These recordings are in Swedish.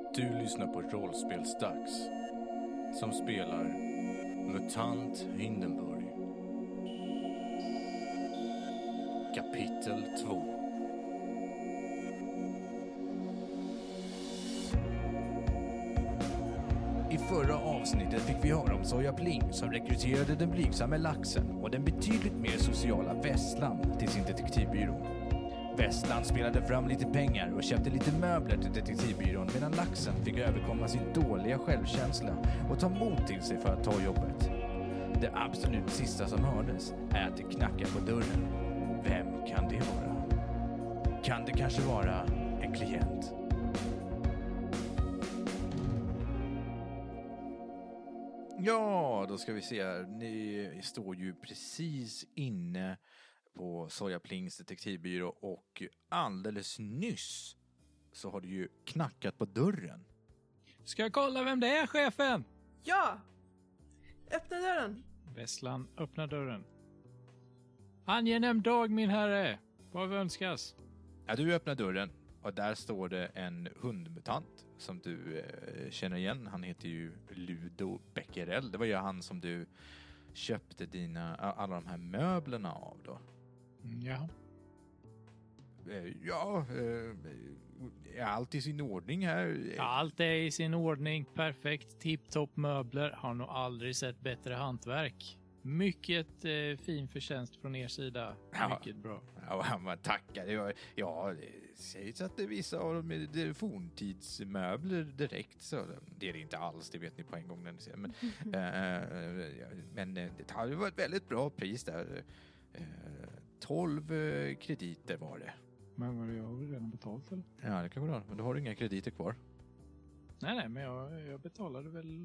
Du lyssnar på Rollspelsdags som spelar Mutant Hindenburg. Kapitel 2. I förra avsnittet fick vi höra om Soja Pling som rekryterade den blygsamma Laxen och den betydligt mer sociala Vesslan till sin detektivbyrå. Vesslan spelade fram lite pengar och köpte lite möbler till detektivbyrån medan Laxen fick överkomma sin dåliga självkänsla och ta mod till sig för att ta jobbet. Det absolut sista som hördes är att det knackar på dörren. Vem kan det vara? Kan det kanske vara en klient? Ja, då ska vi se här. Ni står ju precis inne på Soja Plings detektivbyrå och alldeles nyss så har du ju knackat på dörren. Ska jag kolla vem det är, chefen? Ja! Öppna dörren. Vesslan öppnar dörren. Angenäm dag, min herre. Vad önskas? Ja, du öppnar dörren och där står det en hundmutant som du känner igen. Han heter ju Ludo Becquerel. Det var ju han som du köpte alla de här möblerna av då. Ja. Är allt i sin ordning här? Allt är i sin ordning. Perfekt. Tipptopp möbler. Har nog aldrig sett bättre hantverk. Mycket fin förtjänst från er sida. Mycket bra. Ja, man tackar. Det sägs att det är vissa av dem är forntidsmöbler direkt. Så det är det inte alls, det vet ni på en gång när ni ser. Men det har ju varit ett väldigt bra pris där. 12 krediter var det. Men vad jag har redan betalt eller? Ja, det kan gå. Men då har du inga krediter kvar. Nej, men jag betalade väl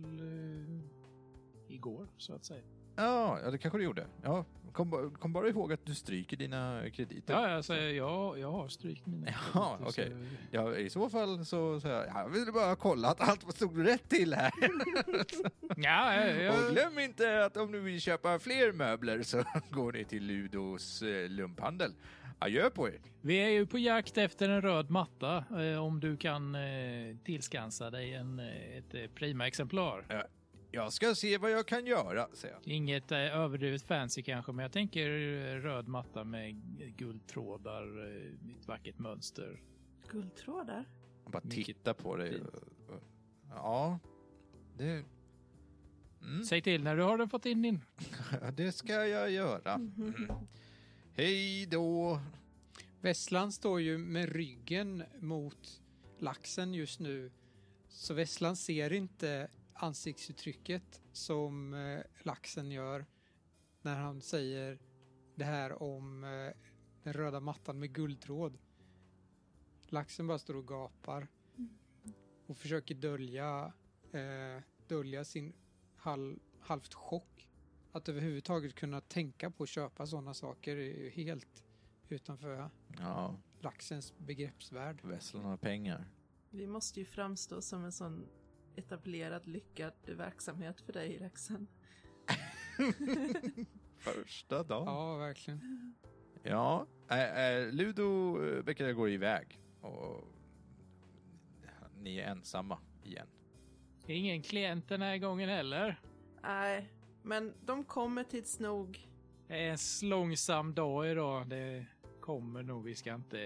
igår så att säga. Ja, det kanske du gjorde. Ja, kom bara ihåg att du stryker dina krediter. Ja, alltså, jag har strykt mina krediter. Ja, okej. Så... Ja, i så fall så jag vill bara kolla att allt stod rätt till här. Ja. Och glöm inte att om du vill köpa fler möbler så går ni till Ludos lumphandel. Adjö på er. Vi är ju på jakt efter en röd matta. Om du kan tillskansa dig ett prima exemplar. Ja. Jag ska se vad jag kan göra, säger jag. Inget överdrivet fancy kanske, men jag tänker röd matta med guldtrådar, ett vackert mönster. Guldtrådar? Jag bara titta på det. Ja, det... Säg till när du har den fått in din. Det ska jag göra. Hej då. Vesslan står ju med ryggen mot Laxen just nu. Så Vesslan ser inte ansiktsuttrycket som Laxen gör när han säger det här om den röda mattan med guldtråd. Laxen bara står och gapar och försöker dölja sin halvt chock. Att överhuvudtaget kunna tänka på att köpa sådana saker är ju helt utanför Laxens begreppsvärld. Vesslan har pengar. Vi måste ju framstå som en sån etablerad, lyckad verksamhet för dig, Laxen. Första dagen. Ja, verkligen. Ja, Ludo Becquerel går iväg och ni är ensamma igen. Ingen klient den här gången heller. Nej, men de kommer tids nog. Det är en långsam dag idag. Det kommer nog. Vi ska inte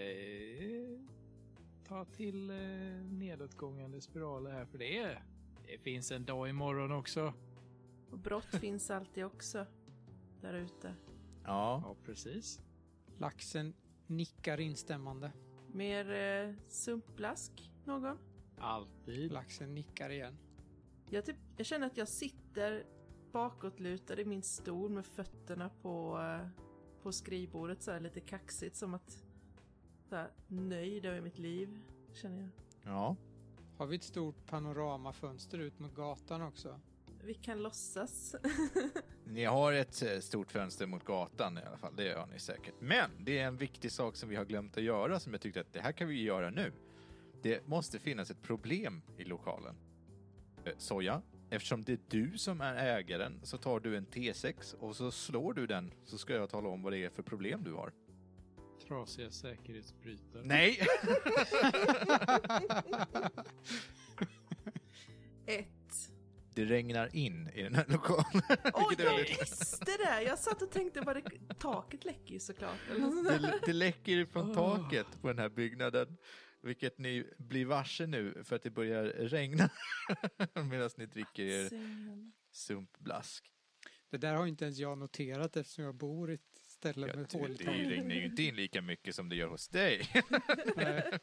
ta till nedåtgångande spiraler här för det finns en dag imorgon också. Och brott finns alltid också där ute. Ja, precis. Laxen nickar instämmande. Mer sumpblask någon? Alltid. Laxen nickar igen. Jag känner att jag sitter bakåtlutad i min stol med fötterna på skrivbordet så här lite kaxigt, som att så här, nöjd över mitt liv, känner jag. Ja. Har vi ett stort panoramafönster ut mot gatan också? Vi kan låtsas. Ni har ett stort fönster mot gatan i alla fall, det gör ni säkert. Men det är en viktig sak som vi har glömt att göra, som jag tyckte att det här kan vi göra nu. Det måste finnas ett problem i lokalen. Soja, eftersom det är du som är ägaren så tar du en T6 och så slår du den, så ska jag tala om vad det är för problem du har. Trasiga säkerhetsbrytare. Nej! 1. Det regnar in i den här lokalen. Åh, Vilket är jag väldigt- visste det! Jag satt och tänkte, var det taket läcker ju såklart. Eller något sånt där. det läcker från taket på den här byggnaden. Vilket ni blir varse nu för att det börjar regna. Medan ni dricker er sumpblask. Det där har inte ens jag noterat eftersom jag bor i ett ställe Ja, med hål i det taket. regnar ju inte in lika mycket som det gör hos dig. Nej.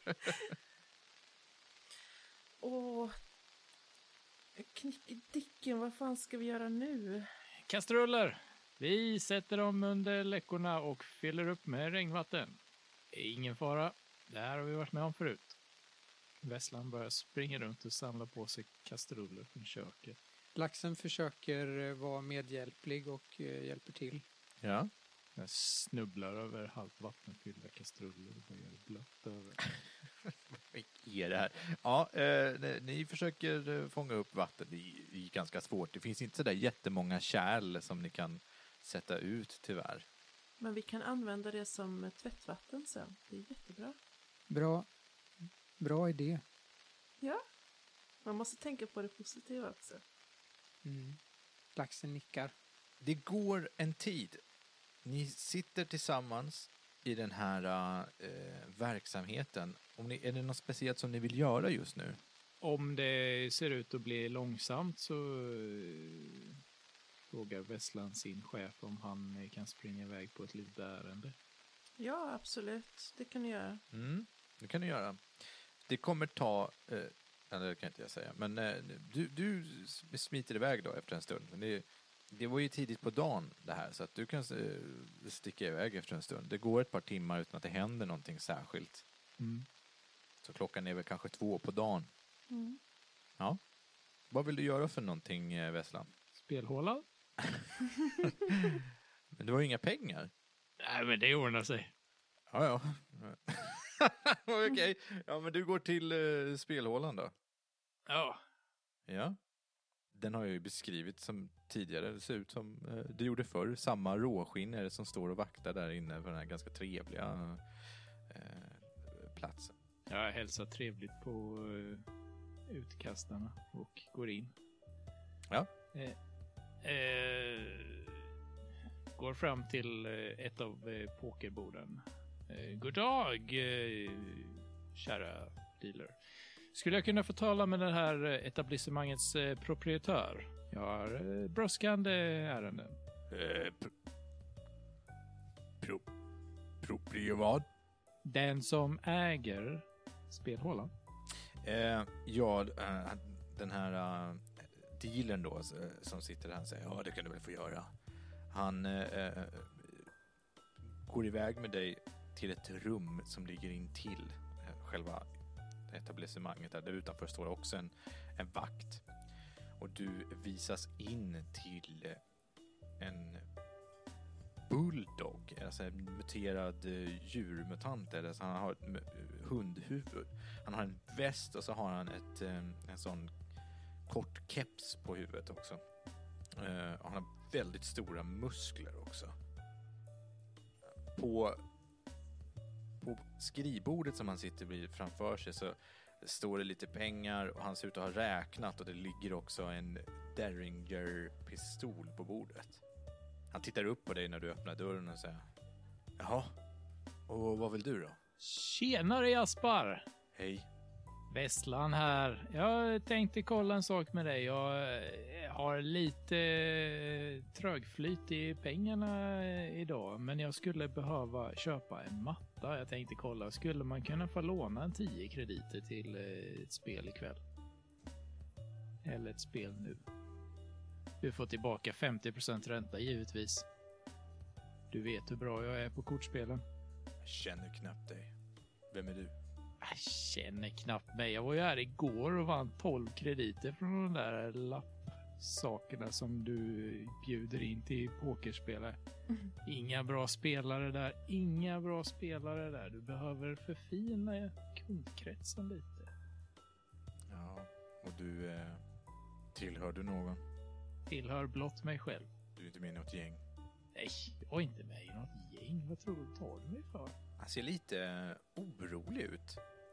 Åh, Knickedicken, vad fan ska vi göra nu? Kastruller! Vi sätter dem under läckorna och fyller upp med regnvatten. Ingen fara. Det här har vi varit med om förut. Vesslan börjar springa runt och samla på sig kastruller från köket. Laxen försöker vara medhjälplig och hjälper till. Ja. Jag snubblar över halvt vattenfyllda kastruller och börjar blött över. Vad är det här? Ja, ni försöker fånga upp vatten. Det är ganska svårt. Det finns inte så där jättemånga kärl som ni kan sätta ut tyvärr. Men vi kan använda det som tvättvatten sen. Det är jättebra. Bra idé. Ja, man måste tänka på det positiva också. Laxen nickar. Det går en tid. Ni sitter tillsammans i den här verksamheten. Är det något speciellt som ni vill göra just nu? Om det ser ut att bli långsamt så frågar Vesslan sin chef om han kan springa iväg på ett litet ärende. Ja, absolut. Det kan ni göra. Det kan ni göra. Det kommer ta... eller det kan inte jag säga. Men du smiter iväg då efter en stund. Men det var ju tidigt på dagen det här. Så att du kan sticka iväg efter en stund. Det går ett par timmar utan att det händer någonting särskilt. Så klockan är väl kanske 2 på dagen. Ja. Vad vill du göra för någonting, Vesslan? Spelhåla? Men du har ju inga pengar. Nej, men det ordnar sig. Ja. Okej. Ja, men du går till spelhålan då. Ja. Ja. Den har jag ju beskrivit som tidigare. Det ser ut som det gjorde förr. Samma råskinn är det som står och vaktar där inne på den här ganska trevliga platsen. Jag hälsar trevligt på utkastarna och går in. Ja. Går fram till ett av pokerborden. God dag, kära dealer. Skulle jag kunna få tala med den här etablissemangets proprietör? Jag har brådskande ärenden. Vad? Den som äger spelhålan. Den här dealern då som sitter här säger ja, det kan du väl få göra. Han går iväg med dig till ett rum som ligger in till själva etablissemanget. Där utanför står också en vakt. Och du visas in till en bulldog, alltså en muterad djurmutant. Alltså han har ett hundhuvud. Han har en väst och så har han en sån kort keps på huvudet också. Och han har väldigt stora muskler också. På skrivbordet som han sitter vid framför sig så står det lite pengar och han ser ut att ha räknat och det ligger också en Derringer-pistol på bordet. Han tittar upp på dig när du öppnar dörren och säger jaha, och vad vill du då? Tjenare Jaspar! Hej. Vesslan här. Jag tänkte kolla en sak med dig. Jag har lite trögflyt i pengarna idag, men jag skulle behöva köpa en matta. Jag tänkte kolla, skulle man kunna få låna en 10 krediter till ett spel ikväll? Eller ett spel nu? Du får tillbaka 50% ränta givetvis. Du vet hur bra jag är på kortspelen. Jag känner knappt dig. Vem är du? Jag känner knappt mig. Jag var ju här igår och vann 12 krediter från de där lappsakerna som du bjuder in till pokerspelare. Inga bra spelare där. Inga bra spelare där. Du behöver förfina kundkretsen lite. Ja, och du tillhör du någon? Tillhör blott mig själv. Du är inte med i något gäng. Nej, jag är inte med i något gäng. Vad tror du tar du mig för? Han ser lite orolig ut.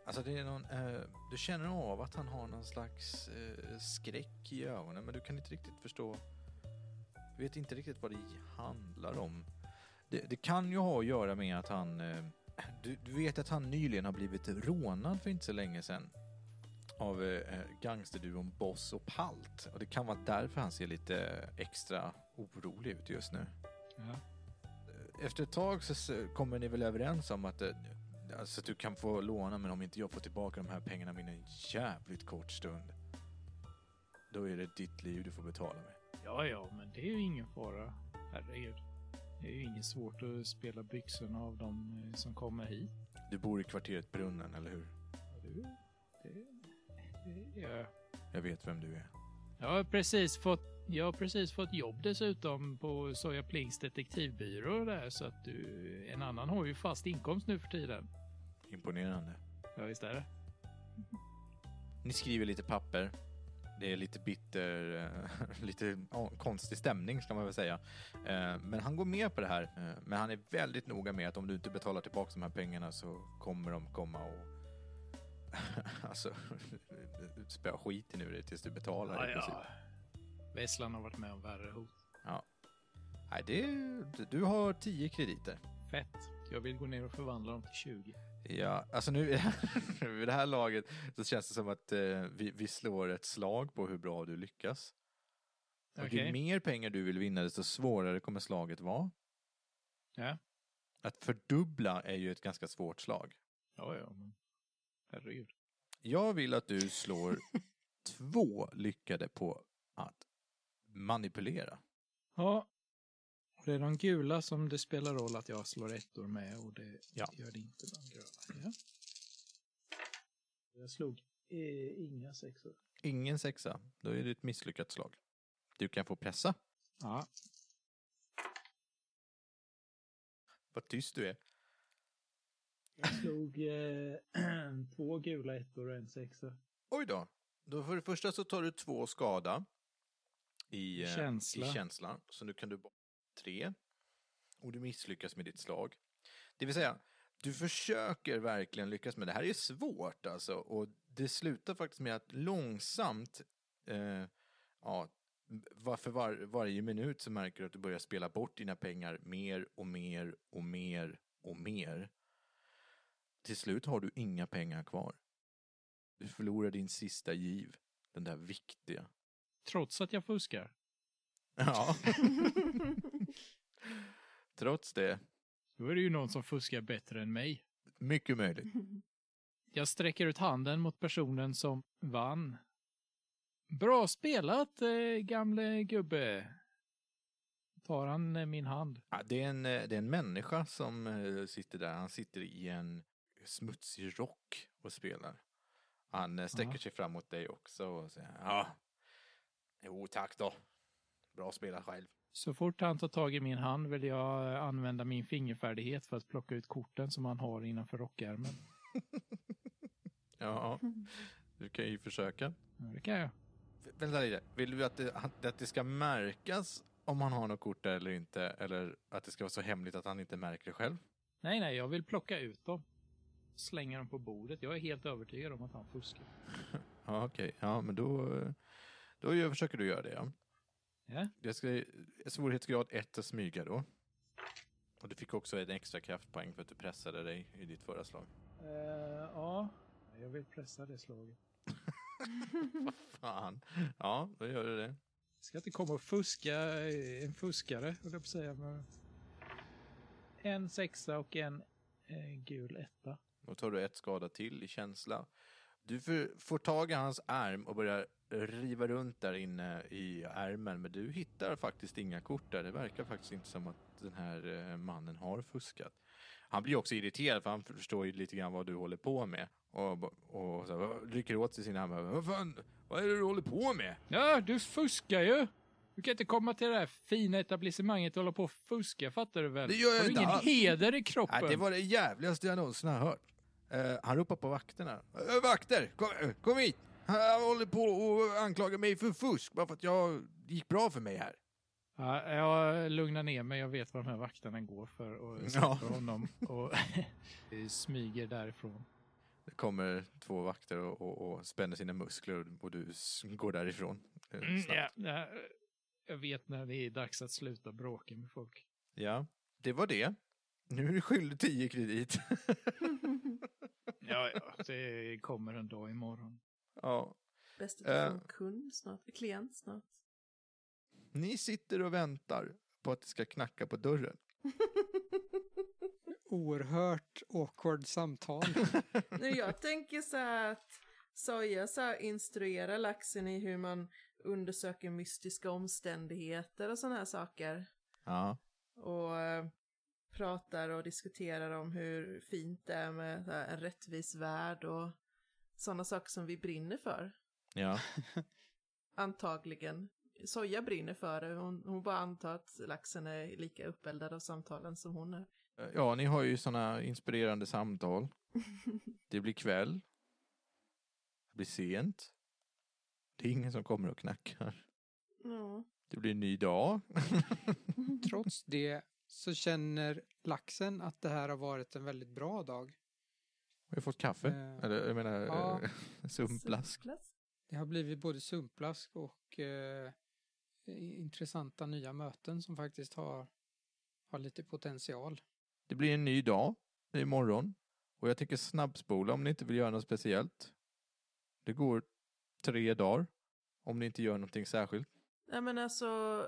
Alltså det är någon, du känner av att han har någon slags skräck i ögonen, men du kan inte riktigt förstå. Du vet inte riktigt vad det handlar om. Det kan ju ha att göra med att han, du vet att han nyligen har blivit rånad för inte så länge sedan av gangsterduon Boss och Palt. Och det kan vara därför han ser lite extra orolig ut just nu. Ja. Efter ett tag så kommer ni väl överens om att alltså, du kan få låna, men om inte jag får tillbaka de här pengarna inom en jävligt kort stund, då är det ditt liv du får betala med. Ja, men det är ju ingen fara. Herregud. Det är ju inget svårt att spela byxorna av de som kommer hit. Du bor i kvarteret Brunnen, eller hur? Det gör jag. Jag vet vem du är. Jag har precis fått jobb dessutom på Soja Plings detektivbyrå där, så att en annan har ju fast inkomst nu för tiden. Imponerande. Ja, visst är det. Ni skriver lite papper. Det är lite bitter, lite konstig stämning ska man väl säga. Men han går med på det här. Men han är väldigt noga med att om du inte betalar tillbaka de här pengarna så kommer de komma och alltså spöa skiten ur dig tills du betalar. Ja. Vesslan har varit med om värre hot. Ja. Nej, du har 10 krediter. Fett. Jag vill gå ner och förvandla dem till 20. Ja, alltså nu vid det här laget så känns det som att vi slår ett slag på hur bra du lyckas. Och ju mer pengar du vill vinna, desto svårare kommer slaget vara. Ja. Att fördubbla är ju ett ganska svårt slag. Ja, men herregud. Jag vill att du slår 2 lyckade på att manipulera. Ja. Det är de gula som det spelar roll att jag slår ettor med, och det gör det inte de gröna. Ja. Jag slog inga sexor. Ingen sexa. Då är det ett misslyckat slag. Du kan få pressa. Ja. Vad tyst du är. Jag slog 2 gula ettor och en sexa. Oj då. Då för det första så tar du 2 skada i känsla. Så nu kan du 3. Och du misslyckas med ditt slag. Det vill säga, du försöker verkligen lyckas med det. Här är svårt alltså. Och det slutar faktiskt med att långsamt, för varje minut så märker du att du börjar spela bort dina pengar mer och mer och mer och mer. Till slut har du inga pengar kvar. Du förlorar din sista giv. Den där viktiga. Trots att jag fuskar. Ja. Trots det. Då är det ju någon som fuskar bättre än mig. Mycket möjligt. Jag sträcker ut handen mot personen som vann. Bra spelat, gamle gubbe. Tar han min hand? Ja, det är en människa som sitter där. Han sitter i en smutsig rock och spelar. Han sträcker sig fram mot dig också och säger jo tack då. Bra spelat själv. Så fort han tar tag i min hand vill jag använda min fingerfärdighet för att plocka ut korten som han har innanför rockärmen. Ja, du kan ju försöka. Ja, det kan jag. Vänta lite. Vill du att det ska märkas om han har något kort där eller inte? Eller att det ska vara så hemligt att han inte märker det själv? Nej, jag vill plocka ut dem. Slänga dem på bordet. Jag är helt övertygad om att han fuskar. Ja, okej. Ja, men då försöker du göra det, ja. Ja. Det ska svårighetsgrad 1 att smyga då. Och du fick också en extra kraftpoäng för att du pressade dig i ditt förra slag. Ja, jag vill pressa det slaget. Vad fan. Ja, då gör du det. Jag ska inte komma och fuska en fuskare, vill jag säga. Men en sexa och en gul etta. Då tar du 1 skada till i känsla. Du får tag i hans arm och börjar riva runt där inne i ärmen. Men du hittar faktiskt inga kort där. Det verkar faktiskt inte som att den här mannen har fuskat. Han blir också irriterad för han förstår ju lite grann vad du håller på med. Och så rycker åt sig sin arm. Vad är det du håller på med? Ja, du fuskar ju. Du kan inte komma till det här fina etablissemanget och hålla på och fuska, fattar du väl? Det gör jag har inte ingen alls. heder i kroppen. Nej, det var det jävligaste jag någonsin har hört. Han ropar på vakterna. Vakter, kom hit! Han håller på och anklagar mig för fusk bara för att jag gick bra för mig här. Ja, jag lugnar ner mig. Jag vet vad de här vakterna går för och släpper honom och smyger därifrån. Det kommer 2 vakter och spänner sina muskler och du går därifrån. Ja, jag vet när det är dags att sluta bråka med folk. Ja, det var det. Nu är du skyldig 10 kredit. Ja, det kommer en dag imorgon. Ja. Bäst att du får en kund snart, klient snart. Ni sitter och väntar på att det ska knacka på dörren. Oerhört awkward samtal. Nu jag tänker så här att Soja så här instruerar laxen i hur man undersöker mystiska omständigheter och sådana här saker. Ja. Och pratar och diskuterar om hur fint det är med så här, en rättvis värld och sådana saker som vi brinner för. Ja. Antagligen. Soja brinner för det. Hon bara antar att laxen är lika uppeldad av samtalen som hon är. Ja, ni har ju sådana inspirerande samtal. Det blir kväll. Det blir sent. Det är ingen som kommer och knackar. Ja. Det blir en ny dag. Trots det så känner laxen att det här har varit en väldigt bra dag. Har du fått kaffe? Eller jag menar ja. sumpblask. Det har blivit både sumpblask och intressanta nya möten som faktiskt har lite potential. Det blir en ny dag imorgon. Och jag tänker snabbspola om ni inte vill göra något speciellt. Det går 3 dagar. Om ni inte gör någonting särskilt. Nej men alltså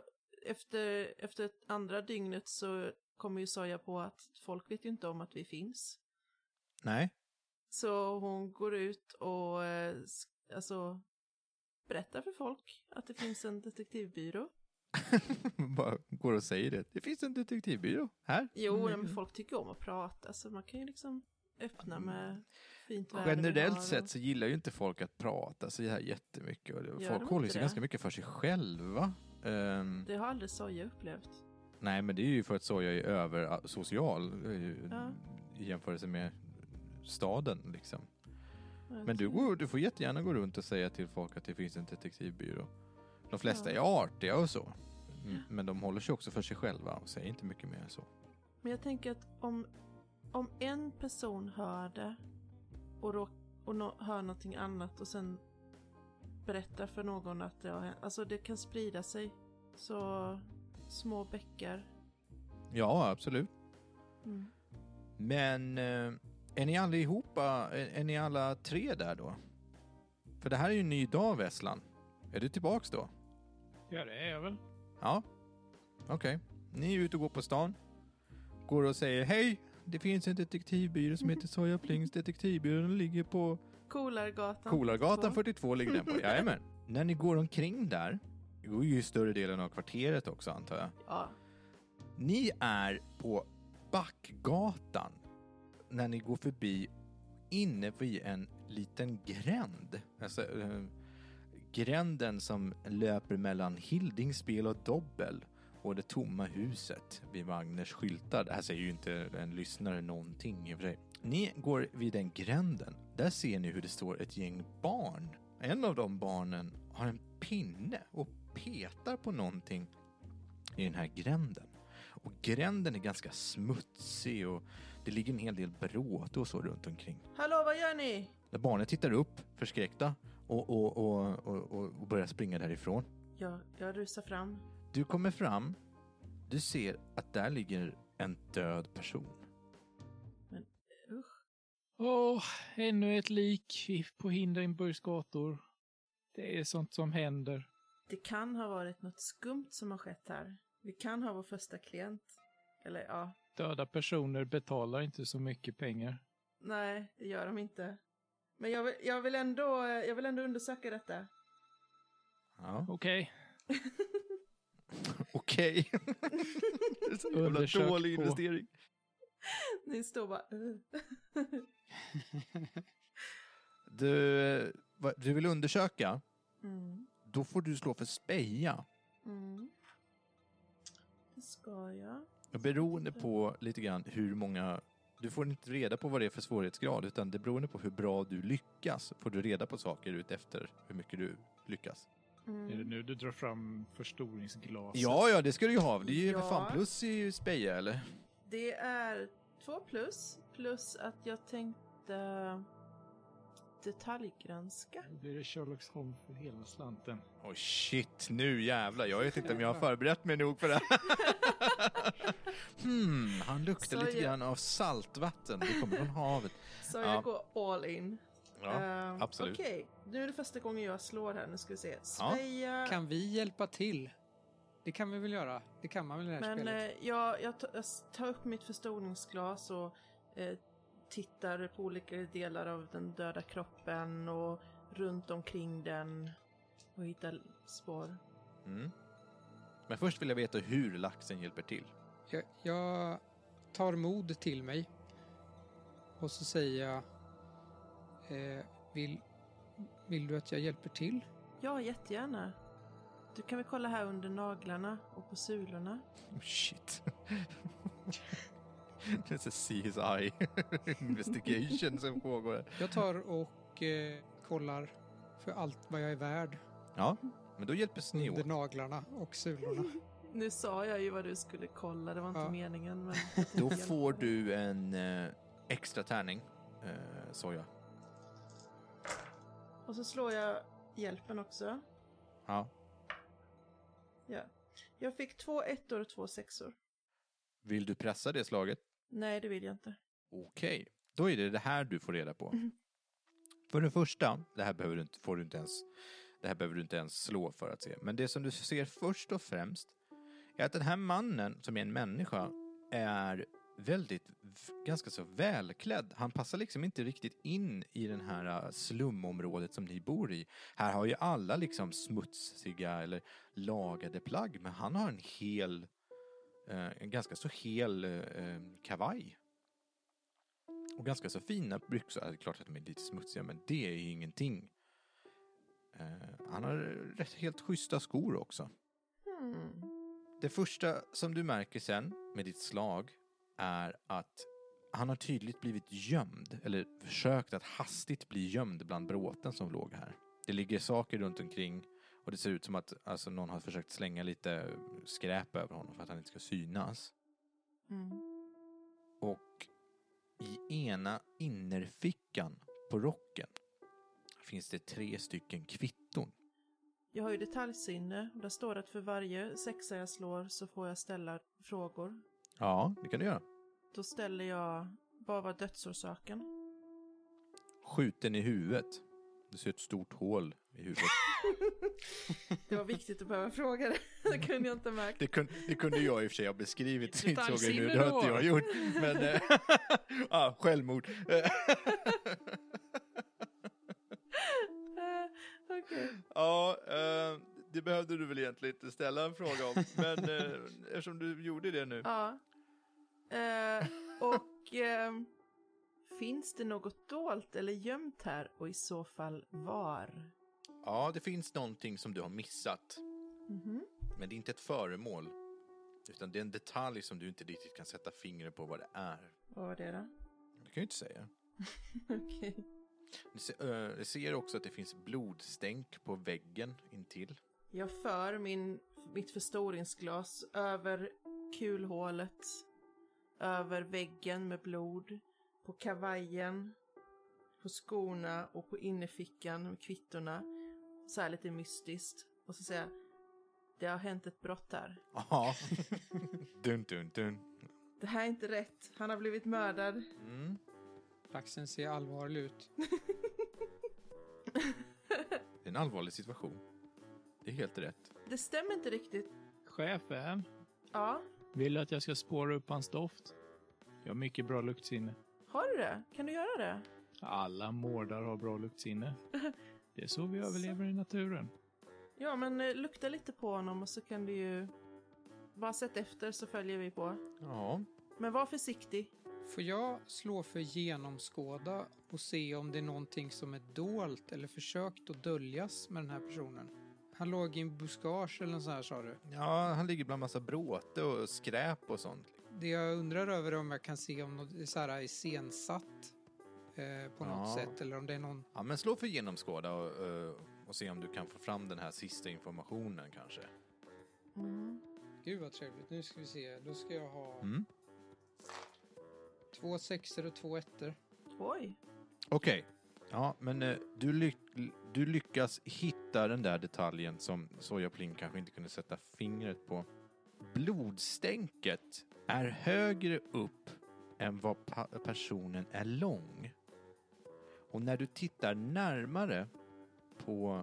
efter andra dygnet så kommer ju Soja på att folk vet ju inte om att vi finns. Nej. Så hon går ut och alltså berättar för folk att det finns en detektivbyrå. Bara går och säger det. Det finns en detektivbyrå här. Jo, men folk tycker om att prata så man kan ju liksom öppna med fint väder. Generellt sett så gillar ju inte folk att prata så här jättemycket. Och folk håller sig ganska mycket för sig själva. Det har aldrig Soja upplevt. Nej, men det är ju för att Soja är översocial i jämförelse med staden liksom. Men du får jättegärna gå runt och säga till folk att det finns en detektivbyrå. De flesta är artiga och så. Men de håller sig också för sig själva och säger inte mycket mer än så. Men jag tänker att om en person hör det och hör någonting annat och sen berättar för någon att det har hänt. Alltså det kan sprida sig. Så små bäckar. Ja, absolut. Mm. Men är ni allihopa, är ni alla 3 där då? För det här är ju en ny dag, Vesslan. Är du tillbaks då? Ja, det är jag väl. Ja, okej. Ni är ute och går på stan. Går och säger, hej, det finns en detektivbyrå som heter Soja Plings detektivbyrå. Den ligger på Kolargatan 42 ligger den på. Jajamän. När ni går omkring där, det går ju större delen av kvarteret också antar jag. Ja. Ni är på Backgatan när ni går förbi inne vid en liten gränd. Alltså gränden som löper mellan Hildingspel och Dobbel och det tomma huset vid Wagners skyltar. Det här säger ju inte en lyssnare någonting i och för sig. Ni går vid den gränden. Där ser ni hur det står ett gäng barn. En av de barnen har en pinne och petar på någonting i den här gränden. Och gränden är ganska smutsig och det ligger en hel del bråte och så runt omkring. Hallå, vad gör ni? När barnen tittar upp, förskräckta, och börjar springa därifrån. Jag rusar fram. Du kommer fram, du ser att där ligger en död person. Men usch. Ännu ett lik på Hindenburgs gator. Det är sånt som händer. Det kan ha varit något skumt som har skett här. Vi kan ha vår första klient. Eller ja. Döda personer betalar inte så mycket pengar. Nej, det gör de inte. Men jag vill ändå undersöka detta. Ja. Okej. Okej. Det är så jävla dålig investering. Ni står bara... Du vill undersöka? Mm. Då får du slå för speja. Mm. Det ska jag. Beroende på lite grann hur många... Du får inte reda på vad det är för svårighetsgrad, utan det beror på hur bra du lyckas. Får du reda på saker ut efter hur mycket du lyckas. Mm. Är det nu du drar fram förstoringsglas? Ja, det ska du ju ha. Det är ju för fan plus i speja, eller? Det är 2 plus att jag tänkte detaljgranska. Då blir det Sherlock Holmes för hela slanten. Oj shit, nu jävlar. Jag vet inte om jag har förberett mig nog för det här. Han luktar lite grann av saltvatten. Det kommer från havet. Så jag går all in. Ja, absolut. Okej, nu är det första gången jag slår här. Nu ska vi se. Sveja... Kan vi hjälpa till? Det kan vi väl göra. Det kan man väl i det här spelet. Jag tar upp mitt förstoringsglas och tittar på olika delar av den döda kroppen och runt omkring den och hittar spår. Men först vill jag veta hur laxen hjälper till. Jag tar mod till mig och så säger jag vill du att jag hjälper till? Ja, jättegärna. Du kan väl kolla här under naglarna och på sulorna. Oh, shit. Det är så CSI investigation som pågår. Jag tar och kollar för allt vad jag är värd. Ja, men då hjälper Sneo. Under naglarna och sulorna. Nu sa jag ju vad du skulle kolla, det var inte meningen. Men då får du en extra tärning, Soja. Och så slår jag hjälpen också. Ja. Ja. Jag fick 2 ettor och 2 sexor. Vill du pressa det slaget? Nej, det vill jag inte. Okej, då är det här du får reda på. För det första, det här behöver du inte ens slå för att se. Men det som du ser först och främst är att den här mannen, som är en människa, är ganska så välklädd. Han passar liksom inte riktigt in i den här slumområdet som ni bor i. Här har ju alla liksom smutsiga eller lagade plagg, men han har en ganska så hel kavaj. Och ganska så fina byxor. Det är klart att de är lite smutsiga, men det är ingenting. Han har helt schyssta skor också. Det första som du märker sen med ditt slag är att han har tydligt blivit gömd. Eller försökt att hastigt bli gömd bland bråten som låg här. Det ligger saker runt omkring. Och det ser ut som att någon har försökt slänga lite skräp över honom för att han inte ska synas. Och i ena innerfickan på rocken finns det 3 stycken kvitton. Jag har ju detaljsinne. Där står det att för varje sexa jag slår så får jag ställa frågor. Ja, det kan du göra. Då ställer jag, vad var dödsorsaken? Skjuten i huvudet. Du ser ett stort hål i huvudet. Det var viktigt att behöva fråga det. Det kunde jag inte märkt. Det kunde jag i och för sig ha beskrivit. Det har då. inte jag gjort. Men självmord. Okay. Ja, det behövde du väl egentligen inte ställa en fråga om. Men eftersom du gjorde det nu. Ja. Finns det något dolt eller gömt här? Och i så fall var? Ja, det finns någonting som du har missat. Men det är inte ett föremål. Utan det är en detalj som du inte riktigt kan sätta fingret på vad det är. Vad var det då? Det kan jag inte säga. Okej. Du ser också att det finns blodstänk på väggen intill. Jag för mitt förstoringsglas över kulhålet, över väggen med blod, på kavajen, på skorna och på innerfickan med kvittorna. Så här lite mystiskt. Och så säger jag, det har hänt ett brott här. Ja. Dun, dun, dun. Det här är inte rätt. Han har blivit mördad. Laxen ser allvarlig ut. Det är en allvarlig situation. Det är helt rätt. Det stämmer inte riktigt. Chefen, Ja. vill du att jag ska spåra upp hans doft? Jag har mycket bra luktsinne. Har du det? Kan du göra det? Alla mårdar har bra luktsinne. Det är så vi överlever i naturen. Ja, men lukta lite på honom och så kan du ju bara sätta efter så följer vi på. Ja. Men var försiktig. Får jag slå för genomskåda och se om det är någonting som är dolt eller försökt att döljas med den här personen? Han låg i en buskage eller så här, sa du? Ja, han ligger bland massa bråte och skräp och sånt. Det jag undrar över är om jag kan se om något är så här iscensatt på något sätt. Eller om det är någon... Ja, men slå för genomskåda och se om du kan få fram den här sista informationen kanske. Gud vad trevligt. Nu ska vi se. Då ska jag ha 2 sexor och 2 ettor. Oj. Okej. Ja, men du lyckas hitta den där detaljen som Soja Pling kanske inte kunde sätta fingret på. Blodstänket är högre upp än vad personen är lång. Och när du tittar närmare på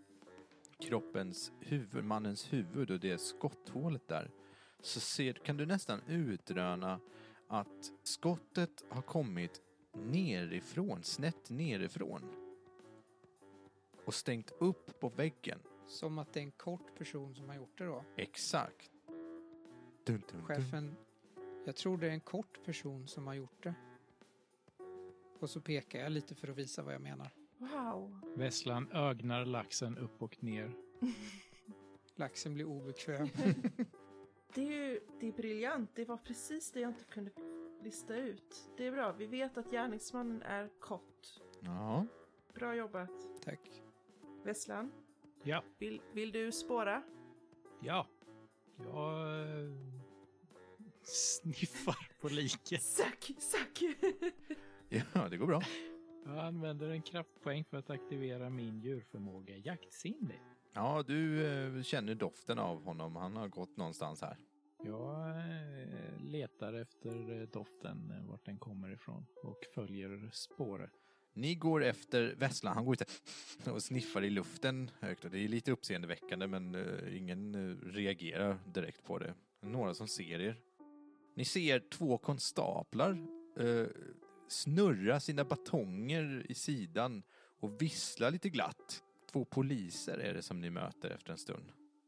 mannens huvud och det skotthålet där, så kan du nästan utröna att skottet har kommit snett nerifrån och stängt upp på väggen. Som att det är en kort person som har gjort det då. Exakt. Dun. Chefen, jag tror det är en kort person som har gjort det. Och så pekar jag lite för att visa vad jag menar. Wow. Vesslan ögnar laxen upp och ner. Laxen blir obekväm. Det är briljant. Det var precis det jag inte kunde lista ut. Det är bra. Vi vet att gärningsmannen är kort. Ja. Bra jobbat. Tack. Vesslan, Ja. vill du spåra? Ja. Jag sniffar på liket. Sack! Ja, det går bra. Jag använder en kraftpoäng för att aktivera min djurförmåga jaktsinne. Ja, du känner doften av honom. Han har gått någonstans här. Jag letar efter doften, vart den kommer ifrån, och följer spåret. Ni går efter Vesslan. Han går ute och sniffar i luften högt. Det är lite uppseendeväckande, men ingen reagerar direkt på det. Några som ser er. Ni ser 2 konstaplar snurra sina batonger i sidan och vissla lite glatt. 2 poliser är det som ni möter efter en stund.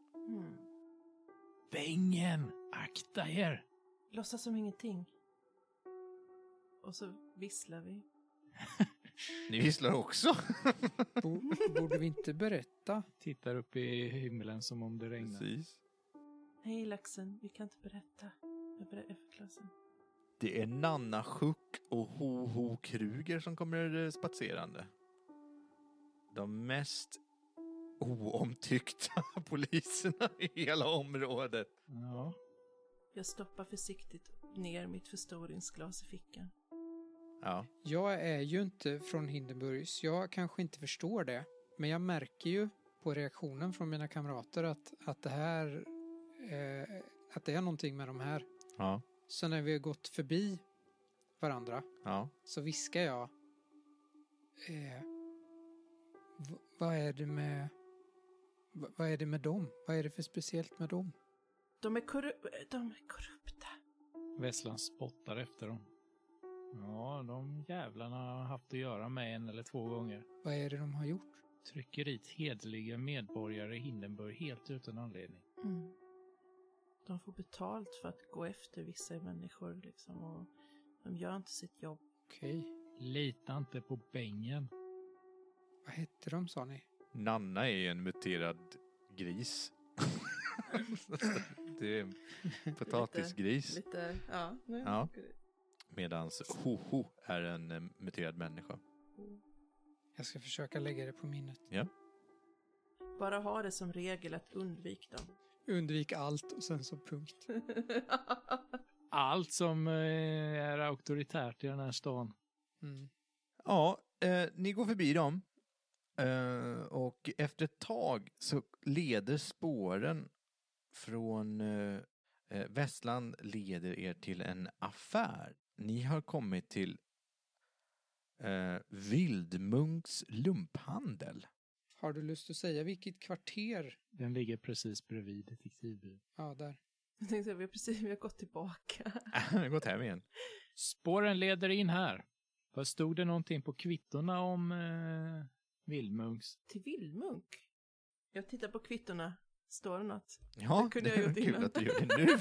Bängen! Akta er! Låtsas som ingenting. Och så visslar vi. Ni visslar också. Borde vi inte berätta? Tittar upp i himlen som om det regnar. Precis. Hej laxen, vi kan inte berätta. Jag berättar för klassen. Det är Nanna Schuck och Ho Kruger som kommer spatserande. De mest oomtyckta poliserna i hela området. Ja. Jag stoppar försiktigt ner mitt förstoringsglas i fickan. Ja. Jag är ju inte från Hindenburg, så jag kanske inte förstår det. Men jag märker ju på reaktionen från mina kamrater att det här att det är någonting med de här. Ja. Så när vi har gått förbi varandra så viskar jag vad är det med dem? Vad är det för speciellt med dem? De är korrupta. Vesslan spottar efter dem. Ja, de jävlarna har haft att göra med 1 eller 2 gånger. Vad är det de har gjort? Trycker dit hedliga medborgare i Hindenburg helt utan anledning. De får betalt för att gå efter vissa människor liksom, och de gör inte sitt jobb. Okej. Lita inte på bängen. Vad hette de, sa ni? Nanna är en muterad gris. Det är en potatisgris. Lite, ja. Ja. Medans Ho är en muterad människa. Jag ska försöka lägga det på minnet. Ja. Bara ha det som regel att undvika dem. Undvik allt och sen så punkt. Allt som är auktoritärt i den här stan. Ja, ni går förbi dem. Och efter ett tag så leder spåren från Vesslan leder er till en affär. Ni har kommit till Vildmunks lumphandel. Har du lust att säga vilket kvarter? Den ligger precis bredvid detektivbyn. Ja, där. Jag tänkte att vi har gått tillbaka. Jag har gått hem igen. Spåren leder in här. Vad stod det någonting på kvittorna om Vildmunks? Till Vildmunk? Jag tittar på kvittorna. Står det något? Ja, det kunde jag gjort kul innan. att du gör det nu.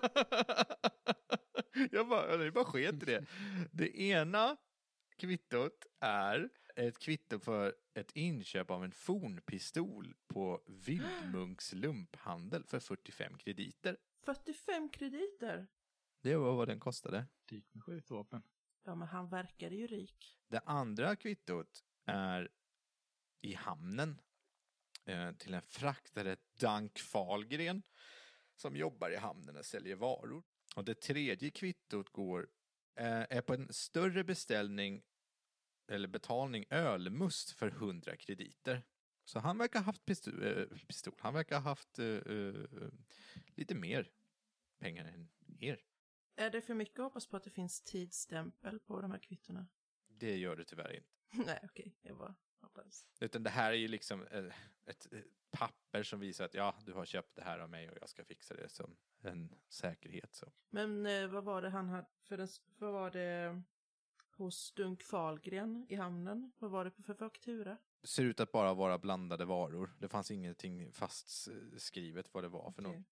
Jag bara sket i det. Det ena kvittot är ett kvitto för ett inköp av en fornpistol på Vildmunks lumphandel för 45 krediter. 45 krediter? Det var vad den kostade. Dyk med skjutvapen. Ja, men han verkade ju rik. Det andra kvittot är i hamnen till en fraktare Dank Fahlgren som jobbar i hamnen och säljer varor. Och det tredje kvittot är på en större beställning eller betalning ölmust för 100 krediter. Så han verkar ha haft pistol. Han verkar ha haft lite mer pengar än er. Är det för mycket att hoppas på att det finns tidsstämpel på de här kvittorna? Det gör det tyvärr inte. Nej, okej. Jag bara hoppas. Utan det här är ju liksom ett papper som visar att ja, du har köpt det här av mig och jag ska fixa det som en säkerhet. Så. Men vad var det han hade för var det hos Dunk Fahlgren i hamnen? Vad var det för faktura? Det ser ut att bara vara blandade varor. Det fanns ingenting fastskrivet vad det var för något.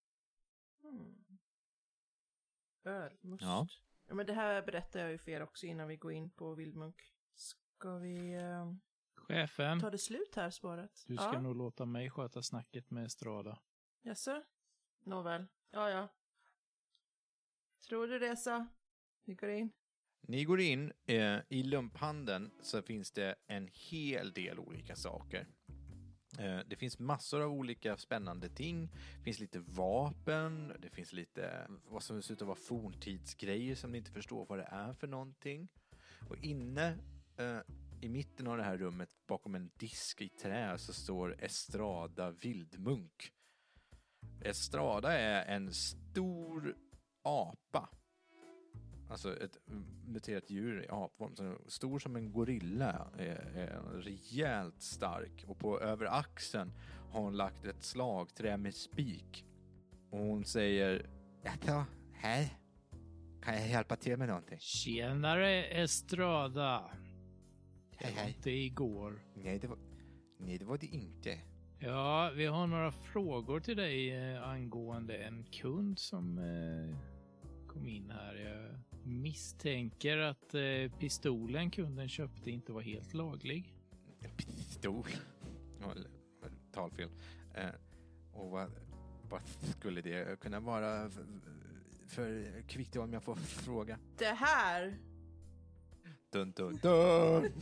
Ölmust. Ja. Ja, men det här berättar jag ju för er också innan vi går in på Vildmunk. Ska vi Chefen, ta det slut här spåret? du ska nog låta mig sköta snacket med Estrada. Jaså? Nåväl. Ja. Tror du det så? Vi går in. Ni går in, i lumphandeln så finns det en hel del olika saker. Det finns massor av olika spännande ting. Det finns lite vapen, det finns lite vad som ser ut att vara forntidsgrejer som ni inte förstår vad det är för någonting. Och inne i mitten av det här rummet bakom en disk i trä så står Estrada Vildmunk. Estrada är en stor apa. Alltså ett muterat djur i apform. Stor som en gorilla. Är rejält stark. Och på över axeln har hon lagt ett slagträ med spik. Och hon säger: "Jaså, här. Kan jag hjälpa till med någonting?" Tjenare Estrada. Det var Hej. inte igår. Nej, det var det inte. Ja, vi har några frågor till dig angående en kund som kom in här. Jag misstänker att pistolen kunden köpte inte var helt laglig. Pistol. Talfel. Och vad skulle det kunna vara för kvitto om jag får fråga? Det här! Dun, dun, dun.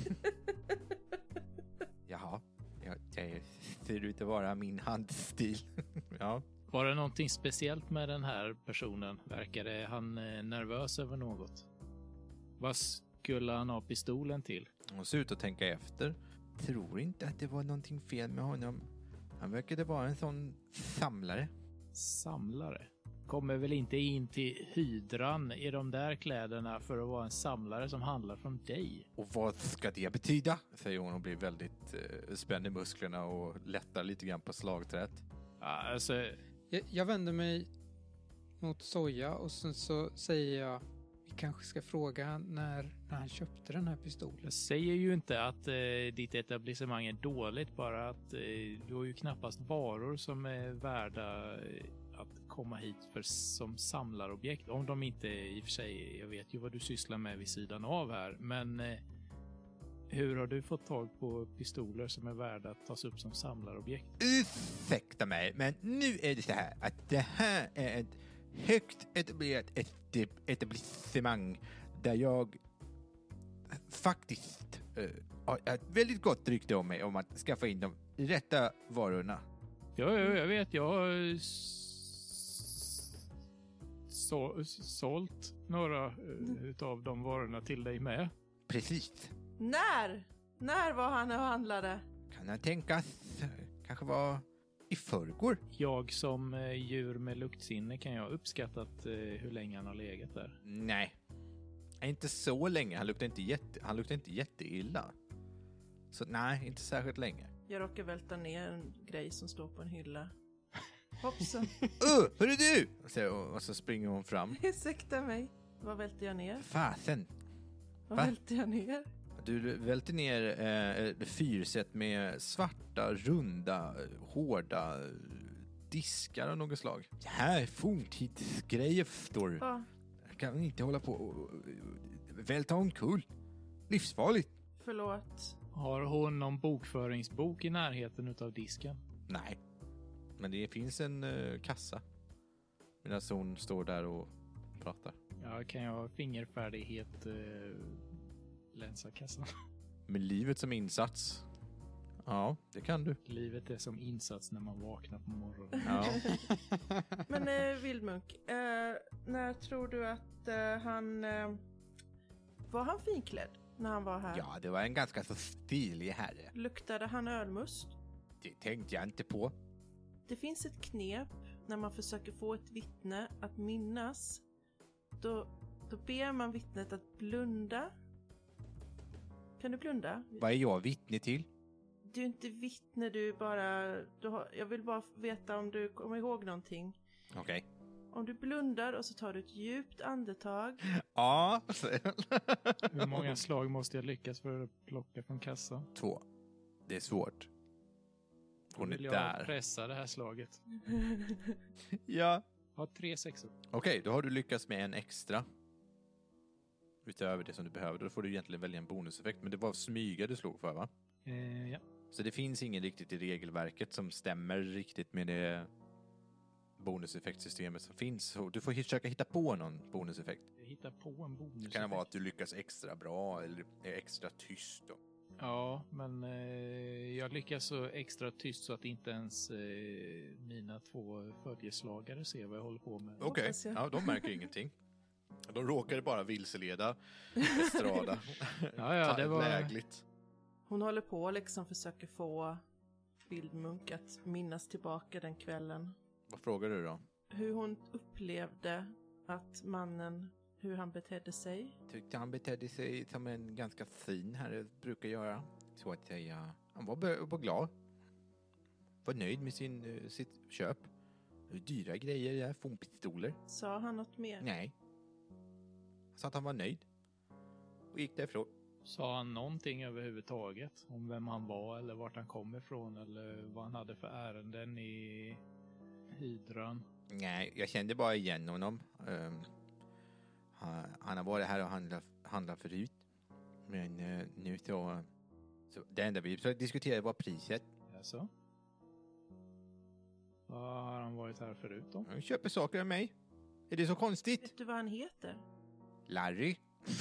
Jaha. Ja, det ser ut att vara min handstil. Ja. Var det någonting speciellt med den här personen? Verkade han nervös över något? Vad skulle han ha pistolen till? Hon ser ut att tänka efter. Tror inte att det var någonting fel med honom. Han verkade vara en sån samlare. Samlare? Kommer väl inte in till hydran i de där kläderna för att vara en samlare som handlar från dig? Och vad ska det betyda? Säger hon och blir väldigt spänd i musklerna och lättar lite grann på slagträet. Alltså... Jag vänder mig mot Soja och sen så säger jag: vi kanske ska fråga när han köpte den här pistolen. Jag säger ju inte att ditt etablissemang är dåligt, bara att du har ju knappast varor som är värda att komma hit för som samlarobjekt. Om de inte, i och för sig, jag vet ju vad du sysslar med vid sidan av här, men hur har du fått tag på pistoler som är värda att tas upp som samlarobjekt? Ursäkta mig, men nu är det så här att det här är ett högt etablerat etablissemang där jag faktiskt har ett väldigt gott rykte om mig om att skaffa in de rätta varorna. Ja, jag vet. Jag har sålt några utav de varorna till dig med. Precis. När var han och handlade? Kan jag tänkas kanske vara i förrgår? Jag som djur med luktsinne kan jag uppskattat hur länge han har legat där. Nej. Inte så länge. Han luktar inte jätteilla. Så nej, inte särskilt länge. Jag råkar välta ner en grej som står på en hylla. Hoppsan. Hörru du! Och så springer hon fram. Ursäkta mig. Vad välte jag ner? Fasen. Vad Va? välte jag ner? Du välter ner ett fyrset med svarta, runda, hårda diskar av något slag. Det här är forntidsgrejer, förstår du. Ja, Jag kan inte hålla på och välta omkull. Livsfarligt. förlåt. Har hon någon bokföringsbok i närheten utav disken? Nej. Men det finns en kassa. Medan hon står där och pratar. Ja, kan jag ha fingerfärdighet länsa kassan? Med livet som insats. Ja, det kan du. Livet är som insats när man vaknar på morgonen. Ja. Men Vildmunk, när tror du att han... var han finklädd? när han var här? Ja, det var en ganska så stilig herre. Luktade han ölmust? Det tänkte jag inte på. Det finns ett knep när man försöker få ett vittne att minnas. Då ber man vittnet att blunda. Kan du blunda? Vad är jag vittne till? Du är inte vittne, du är bara... jag vill bara veta om du kommer ihåg någonting. Okej. Om du blundar och så tar du ett djupt andetag. Ja. Hur många slag måste jag lyckas för att plocka från kassan? 2. Det är svårt. Hon är Vill jag där. pressa det här slaget? Ja. Jag har 3 sexor. Okej, då har du lyckats med en extra. Utöver det som du behöver. Då får du egentligen välja en bonuseffekt. Men det var smyga du slog för, va? Ja. Så det finns ingen riktigt i regelverket som stämmer riktigt med det bonuseffektsystemet som finns. Så du får försöka hitta på någon bonuseffekt. Jag hittar på en bonus. Det kan vara att du lyckas extra bra eller är extra tyst då. Ja, men jag lyckas så extra tyst så att inte ens mina 2 följeslagare ser vad jag håller på med. Okej, Hoppas jag. ja, de märker ingenting. De råkade bara vilseleda Estrada. Ja, det var... lägligt. Hon håller på liksom försöker få Vildmunk att minnas tillbaka den kvällen. Vad frågar du då? Hur hon upplevde att mannen, hur han betedde sig. Tyckte han betedde sig som en ganska fin herre brukar göra. Så att säga. Han var glad. Var nöjd med sitt köp. Dyra grejer där, fonpistoler. Sa han något mer? Nej. Han sa att han var nöjd. Och gick därifrån. Sa han någonting överhuvudtaget om vem han var eller vart han kom ifrån eller vad han hade för ärenden i hydran? Nej, jag kände bara igen honom. Han har varit här och handlat förut. Men nu så det enda vi diskuterade var priset. Alltså? Vad har han varit här förut då? Han köper saker av mig. Är det så konstigt? Vet du vad han heter? Larry.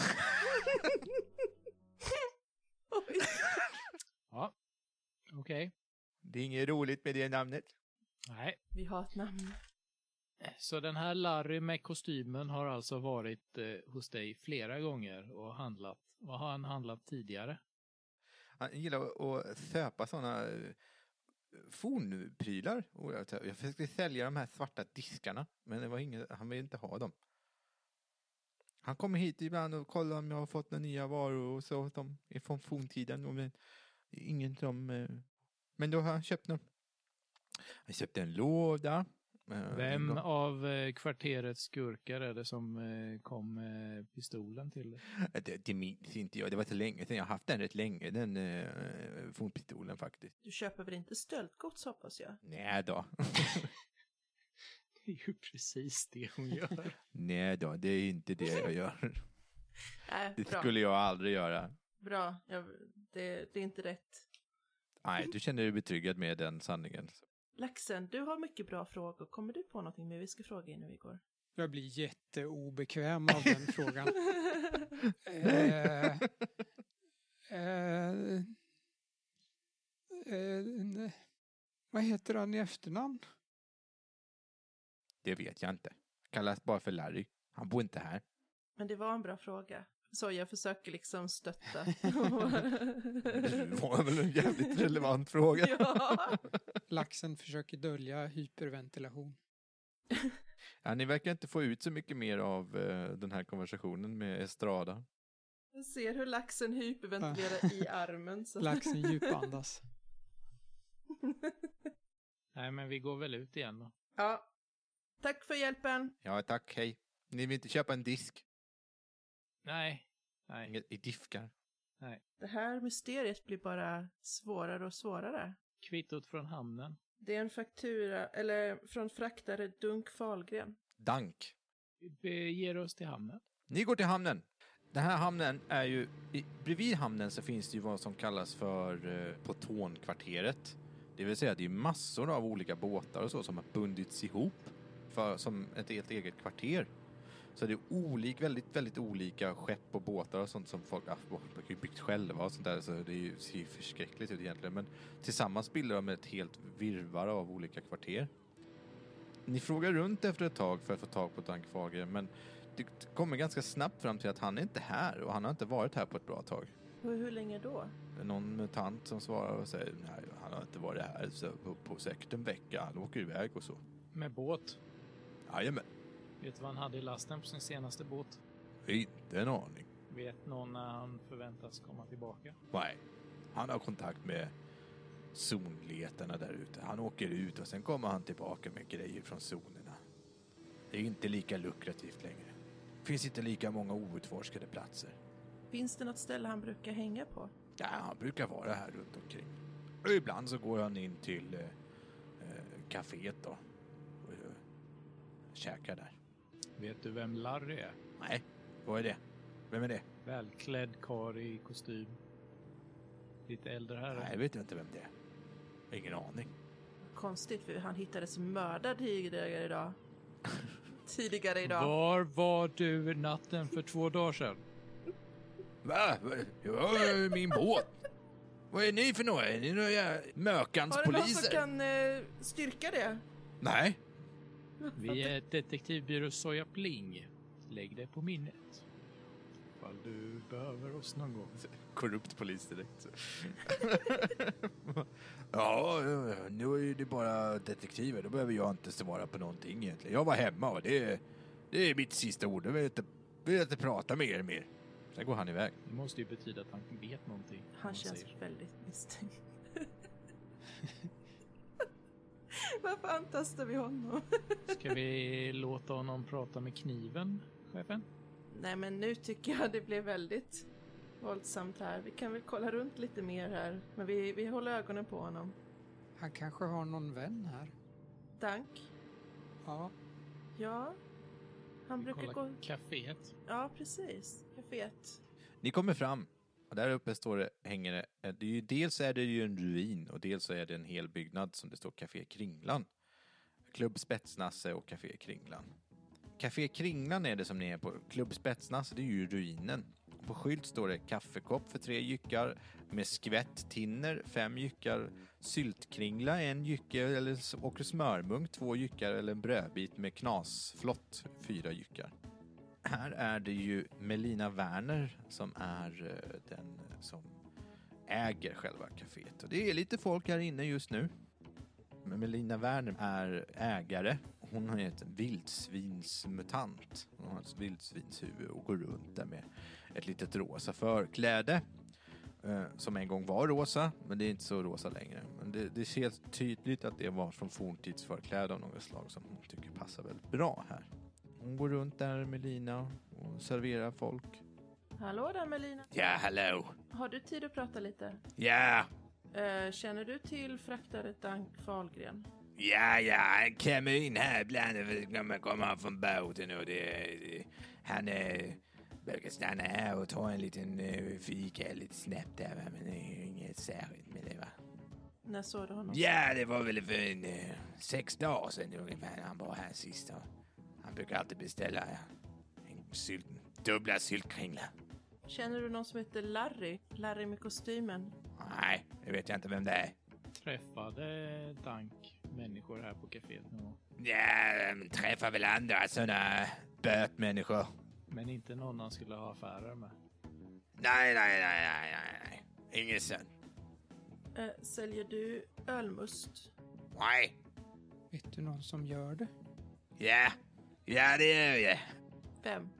Oj. Ja, okej. Det är inget roligt med det namnet. Nej. Vi har ett namn. Så den här Larry med kostymen har alltså varit hos dig flera gånger och handlat. Vad har han handlat tidigare? Han gillar att söpa sådana fonprylar. Och jag försökte sälja de här svarta diskarna. Men det var han vill inte ha dem. Han kommer hit ibland och kollar om jag har fått några nya varor och så från fontiden. Men ingen som... Men då har han köpt dem. Han köpte en låda. Vem av kvarterets skurkar är det som kom med pistolen till dig? Det minns inte jag. Det var så länge sedan. Jag har haft den rätt länge. Den fonpistolen faktiskt. Du köper väl inte stöldgods hoppas jag? Nej då. Det är ju precis det hon gör. Nej då, det är inte det jag gör. Det bra. skulle jag aldrig göra. Bra, det är inte rätt. Nej, du känner dig betryggad med den sanningen. Laxen, du har mycket bra frågor. Kommer du på någonting mer vi ska fråga innan vi går? Jag blir jätteobekväm av den frågan. Vad heter han i efternamn? Det vet jag inte. Kallas bara för Larry. Han bor inte här. Men det var en bra fråga. Så jag försöker liksom stötta. Det var väl en jävligt relevant fråga. Ja. Laxen försöker dölja hyperventilation. Ja, ni verkar inte få ut så mycket mer av den här konversationen med Estrada. Jag ser hur laxen hyperventilerar i armen. Så. Laxen djupandas. Nej, men vi går väl ut igen då. Ja. Tack för hjälpen. Ja, tack, hej. Ni vill inte köpa en disk? Nej. Inget i diffkar. Det här mysteriet blir bara svårare och svårare. Kvittot från hamnen. Det är en faktura, eller från fraktare Dunk Fahlgren. Dank. Vi beger oss till hamnen. Ni går till hamnen. Den här hamnen är ju... Bredvid hamnen så finns det ju vad som kallas för Potonkvarteret. Det vill säga det är massor av olika båtar och så som har bundits ihop som ett helt eget kvarter. Så det är väldigt, väldigt olika skepp och båtar och sånt som folk har byggt själva och sånt där. Så det ser ju förskräckligt ut egentligen. Men tillsammans bildar de ett helt virrvarr av olika kvarter. Ni frågar runt efter ett tag för att få tag på Dank Fager, men du kommer ganska snabbt fram till att han är inte här och han har inte varit här på ett bra tag. Hur länge då? Det är någon mutant som svarar och säger nej, han har inte varit här så på säkert en vecka. Han åker iväg och så. Med båt. Jajamän. Vet du vad han hade i lasten på sin senaste båt? Inte en aning. Vet någon när han förväntas komma tillbaka? Nej. Han har kontakt med zonletarna där ute. Han åker ut och sen kommer han tillbaka med grejer från zonerna. Det är inte lika lukrativt längre. Det finns inte lika många outforskade platser. Finns det något ställe han brukar hänga på? Ja, han brukar vara här runt omkring. Och ibland så går han in till kaféet då. Och käkar där. Vet du vem Larry är? Nej, vad är det? Vem är det? Välklädd karl i kostym. Lite äldre herre. Nej, jag vet inte vem det är. Ingen aning. Konstigt, för han hittades mördad tidigare idag. Var var du natten för 2 dagar sedan? Va? Ja, min båt. Vad är ni för några? Är ni några mökans Har du någon poliser? som kan styrka det? Nej. Vi är detektivbyrå Soja Pling. Lägg det på minnet. Ifall du behöver oss någon gång. Korrupt polis direkt. Ja, nu är det bara detektiver. Då behöver jag inte svara på någonting egentligen. Jag var hemma och det är mitt sista ord. Jag vill inte prata med er mer. Sen går han iväg. Det måste ju betyda att han vet någonting. Han känns väldigt misstänkt. Varför antastar vi honom? Ska vi låta honom prata med kniven, chefen? Nej, men nu tycker jag det blev väldigt våldsamt här. Vi kan väl kolla runt lite mer här. Men vi håller ögonen på honom. Han kanske har någon vän här. Dank? Ja. Ja. Han brukar Kolla gå... kaféet. Ja, precis. Caféet. Ni kommer fram. Och där uppe hänger det. Dels är det ju en ruin och dels så är det en hel byggnad som det står Café Kringlan. Klubb Spetsnasse och Café Kringlan. Café Kringlan är det som ni är på. Klubb Spetsnasse, det är ju ruinen. På skylt står det kaffekopp för 3 jyckar med skvätt-tinner 5 jyckar, syltkringla 1 jycke och smörmunk 2 jyckar eller en brödbit med knasflott 4 jyckar. Här är det ju Melina Werner som är den som äger själva kaféet. Och det är lite folk här inne just nu. Men Melina Werner är ägare. Hon är ett vildsvinsmutant. Hon har ett vildsvinshuvud och går runt där med ett litet rosa förkläde. Som en gång var rosa, men det är inte så rosa längre. Men det ser tydligt att det var från forntidsförkläde av något slag som hon tycker passar väldigt bra här. Hon går runt där med Lina och serverar folk. Hallå där, Melina. Ja, hallå. Har du tid att prata lite? Ja. Känner du till fraktare Dank Fahlgren? Ja, han kommer in här ibland när man kommer från båten och han brukar stanna här och ta en liten fika lite snabbt där, va? Men det är inget särskilt med det, va? När såg du honom? Ja, det var väl för 6 dagar sedan ungefär han var här sist. Han brukar alltid beställa dubbla syltkringlar. Känner du någon som heter Larry? Larry med kostymen? Nej, det vet jag inte vem det är. Träffade Dank människor här på kaféet nu? Ja, träffar väl andra sådana bötmänniskor. Men inte någon han skulle ha affärer med? Nej. Ingen sån. Säljer du ölmust? Nej. Vet du någon som gör det? Ja, det gör jag. Vem?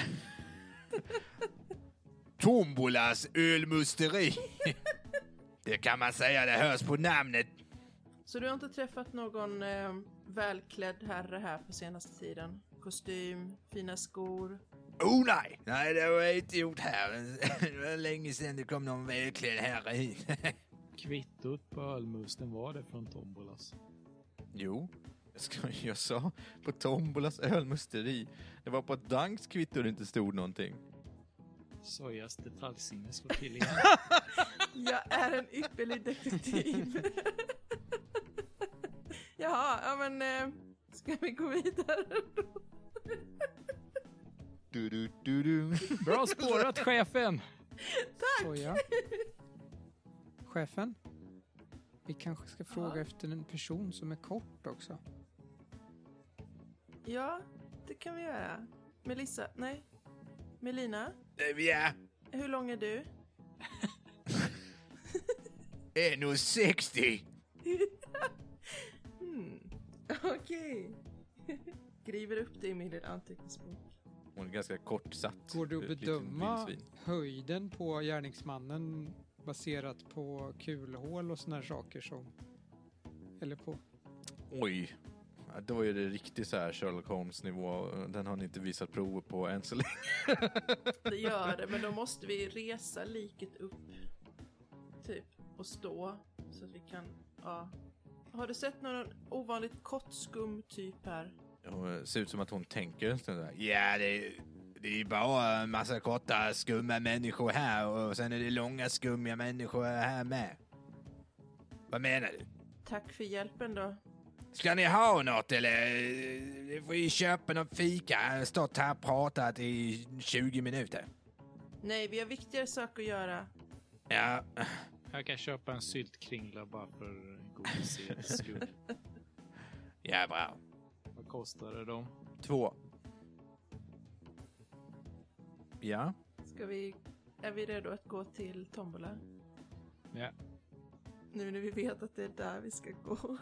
Tombolas ölmusteri. Det kan man säga, det hörs på namnet. Så du har inte träffat någon välklädd herre här på senaste tiden? Kostym, fina skor? Nej, det har jag inte gjort här. Det var länge sedan det kom någon välklädd herre hit. Kvittot på ölmusten, var det från Tombolas? Jo, jag sa på Tombolas ölmusteri. Det var på ett Danks kvitto det inte stod någonting. Sojas detaljsinne slår till igen. Jag är en ypperlig detektiv. Jaha, ja men ska vi gå vidare då? Du. Bra spårat, chefen! Soja. Chefen? Vi kanske ska fråga efter en person som är kort också. Ja, det kan vi göra. Melina? Ja. Hur lång är du? 1,60. Okej. Skriver upp det i min anteckningsbok. Hon är ganska kortsatt. Går det att Ett litet bedöma vildsvin. höjden på gärningsmannen baserat på kulhål och såna här saker som... Eller på... Oj. Ja, då är det riktigt så här Sherlock Holmes-nivå. Den har ni inte visat prov på än så länge. Det gör det, men då måste vi resa liket upp. Typ. Och stå. Så att vi kan... Ja. Har du sett någon ovanligt kortskum typ här? Det ser ut som att hon tänker en stund där. Ja, det är bara en massa korta skumma människor här. Och sen är det långa skummiga människor här med. Vad menar du? Tack för hjälpen då. Ska ni ha något eller får vi köpa någon fika? Jag har stått här och pratat i 20 minuter. Nej, vi har viktigare saker att göra. Ja, Jag kan köpa en syltkringla bara för godisets skull. ja bra. Vad kostar det då? 2. Ja. Är vi redo att gå till Tombola? Ja. Nu när vi vet att det är där vi ska gå.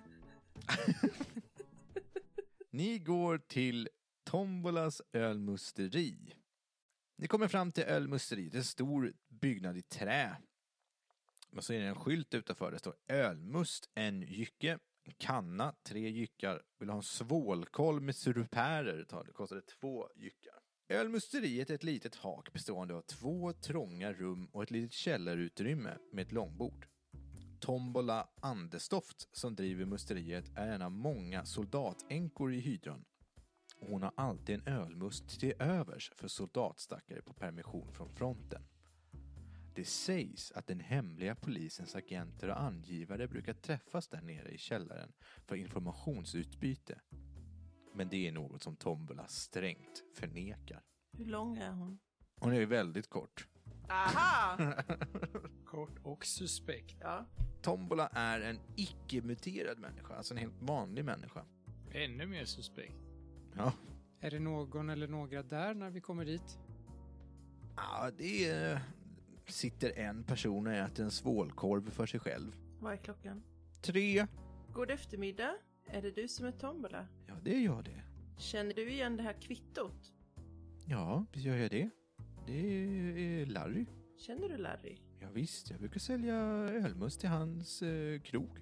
Ni går till Tombolas ölmusteri. Ni kommer fram till ölmusteriet. Det är en stor byggnad i trä. Och så är det en skylt utanför. Det står ölmust, en jycke, en kanna, 3 jyckar. Vill ha en svålkolv med surupärer. Det kostar 2 jyckar. Ölmusteriet är ett litet hak bestående av 2 trånga rum och ett litet källarutrymme med ett långbord. Tombola Anderstoft som driver musteriet är en av många soldatänkor i hydran. Hon har alltid en ölmust till övers för soldatstackare på permission från fronten. Det sägs att den hemliga polisens agenter och angivare brukar träffas där nere i källaren för informationsutbyte. Men det är något som Tombola strängt förnekar. Hur lång är hon? Hon är väldigt kort. Aha! Kort och suspekt. Ja. Tombola är en icke-muterad människa, alltså en helt vanlig människa. Ännu mer suspekt. Ja. Är det någon eller några där när vi kommer dit? Ja, det sitter en person och äter en svålkorv för sig själv. Vad är klockan? 3. God eftermiddag. Är det du som är Tombola? Ja, det gör det. Känner du igen det här kvittot? Ja, visst gör jag det. Det är Larry. Känner du Larry? Ja, visst, jag brukar sälja ölmust till hans krog.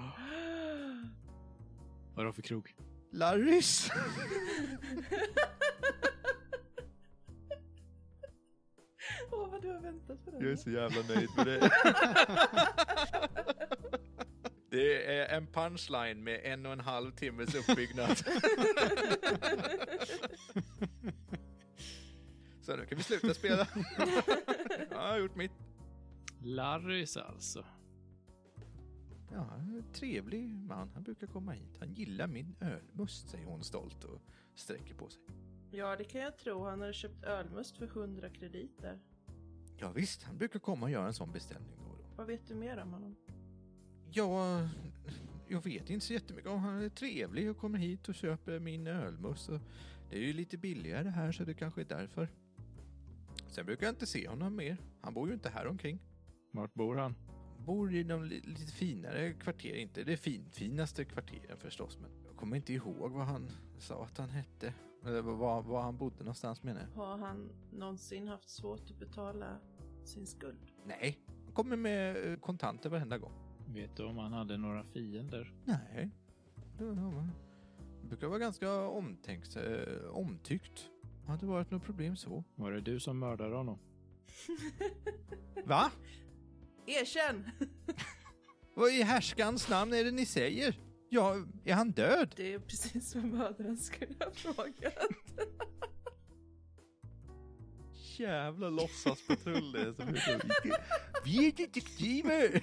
Vadå för krog? Larrys! Åh, vad du har väntat på det. Jag är så jävla nöjd med det. Det är en punchline med 1,5 timmes uppbyggnad. Så nu kan vi sluta spela. Jag har gjort mitt. Larrys alltså. Ja, trevlig man. Han brukar komma hit. Han gillar min ölmust, säger hon stolt och sträcker på sig. Ja, det kan jag tro. Han har köpt ölmust för 100 krediter. Ja visst, han brukar komma och göra en sån beställning då och då. Vad vet du mer om honom? Ja, jag vet inte så jättemycket om han är trevlig och kommer hit och köper min ölmust. Och det är ju lite billigare här så det kanske är därför. Sen brukar jag inte se honom mer. Han bor ju inte här omkring. Vart bor han? Bor i de lite finare kvarter, inte det finaste kvarteren förstås, men jag kommer inte ihåg vad han sa att han hette. Eller var han bodde någonstans menar jag. Har han någonsin haft svårt att betala sin skuld? Nej, han kommer med kontanter varenda gång. Vet du om han hade några fiender? Nej, det brukar vara ganska omtyckt. Har inte varit något problem så. Var det du som mördade honom? Va? Erkänn! Vad i härskans namn är det ni säger? Ja, är han död? Det är precis vad mördaren skulle ha frågat. Jävla låtsaspatrull det är som vi är detektiver!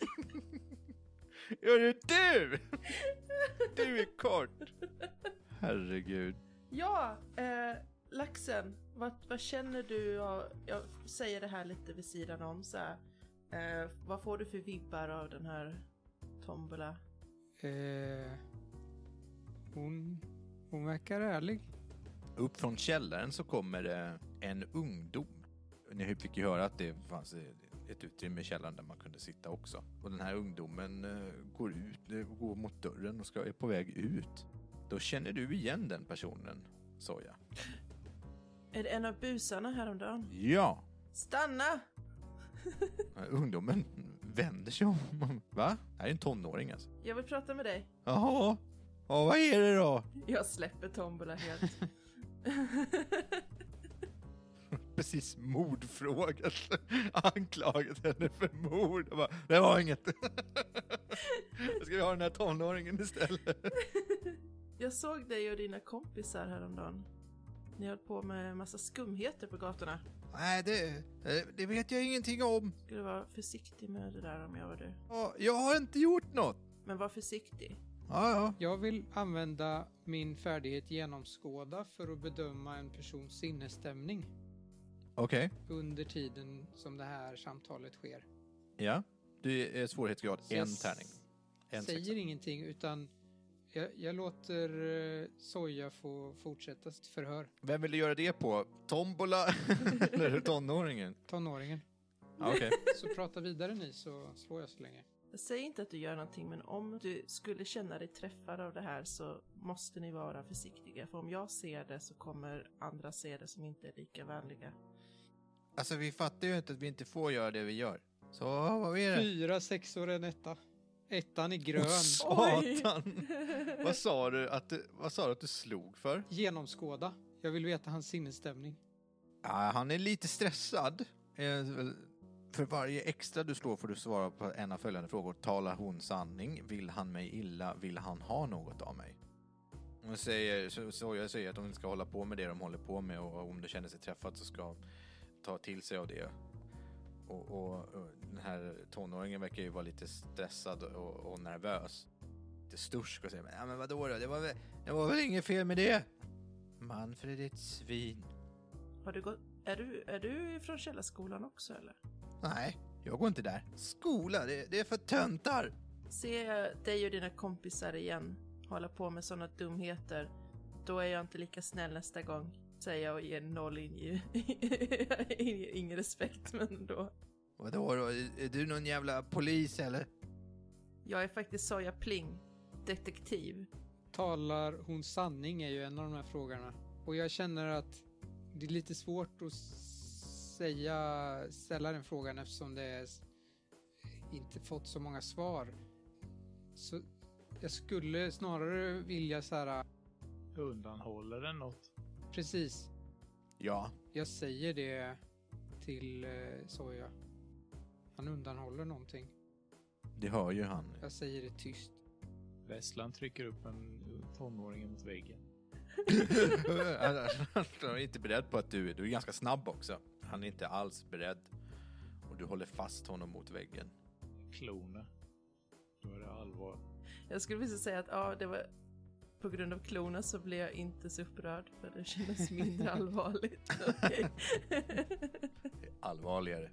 Ja, det är du! Du är kort! Herregud. Ja, Laxen, vad känner du? Jag säger det här lite vid sidan om så här. Vad får du för vibbar av den här Tombola? Hon verkar ärlig. Upp från källaren så kommer det en ungdom. Ni fick ju höra att det fanns ett utrymme i källaren där man kunde sitta också. Och den här ungdomen går mot dörren och är på väg ut. Då känner du igen den personen, Soja. Är det en av busarna häromdagen? Ja! Stanna! Ungdomen vänder sig om. Va? Det här är en tonåring alltså. Jag vill prata med dig. Jaha. Ja, vad är det då? Jag släpper Tombola helt. Precis mordfrågat. Anklagat henne för mord. Jag bara, det var inget. Ska vi ha den här tonåringen istället? Jag såg dig och dina kompisar häromdagen. Ni höll på med en massa skumheter på gatorna. Nej, det vet jag ingenting om. Skulle vara försiktig med det där om jag var du. Ja, jag har inte gjort något. Men var försiktig. Ja. Jag vill använda min färdighet genomskåda för att bedöma en persons sinnesstämning Okej. under tiden som det här samtalet sker. Ja. Du är svårighetsgrad Så en tärning. En säger sexa. ingenting utan jag låter Soja få fortsätta sitt förhör. Vem vill du göra det på? Tombola eller tonåringen? Tonåringen. Ja, okej. Så prata vidare ni så slår jag så länge. Jag säger inte att du gör någonting, men om du skulle känna dig träffad av det här så måste ni vara försiktiga. För om jag ser det så kommer andra se det som inte är lika vänliga. Alltså vi fattar ju inte att vi inte får göra det vi gör. Så vad är det? 4 6-or en etta. Ettan är grön. Satan! Vad sa du att du slog för? Genomskåda. Jag vill veta hans sinnesstämning. Ja, han är lite stressad. För varje extra du slår får du svara på en av följande frågor. Talar hon sanning? Vill han mig illa? Vill han ha något av mig? Jag säger att de inte ska hålla på med det de håller på med. Och om du känner sig träffad så ska ta till sig av det. Och den här tonåringen verkar ju vara lite stressad och nervös. Lite stursk och säger, ja men vadå då? Det var väl inget fel med det? Manfred är ett svin. Har du gått, är du från källarskolan också eller? Nej, jag går inte där. Skola, det är för töntar. Ser jag dig och dina kompisar igen hålla på med sådana dumheter, då är jag inte lika snäll nästa gång. Säger jag och ger noll ingen respekt, men då. Vadå då? Är du någon jävla polis eller? Jag är faktiskt Soja Pling, detektiv. Talar hon sanning är ju en av de här frågorna. Och jag känner att det är lite svårt att ställa den frågan eftersom det inte fått så många svar. Så jag skulle snarare vilja så här. Undanhåller den något? Precis. Ja. Jag säger det till Soja. Han undanhåller någonting. Det hör ju han. Jag säger det tyst. Vesslan trycker upp en tonåring mot väggen. Han är inte beredd på att du är ganska snabb också. Han är inte alls beredd. Och du håller fast honom mot väggen. Klona. Då är det allvar. Jag skulle vilja säga att ja, det var på grund av klona så blev jag inte så upprörd, för det kändes mindre allvarligt. Okay. Allvarligare.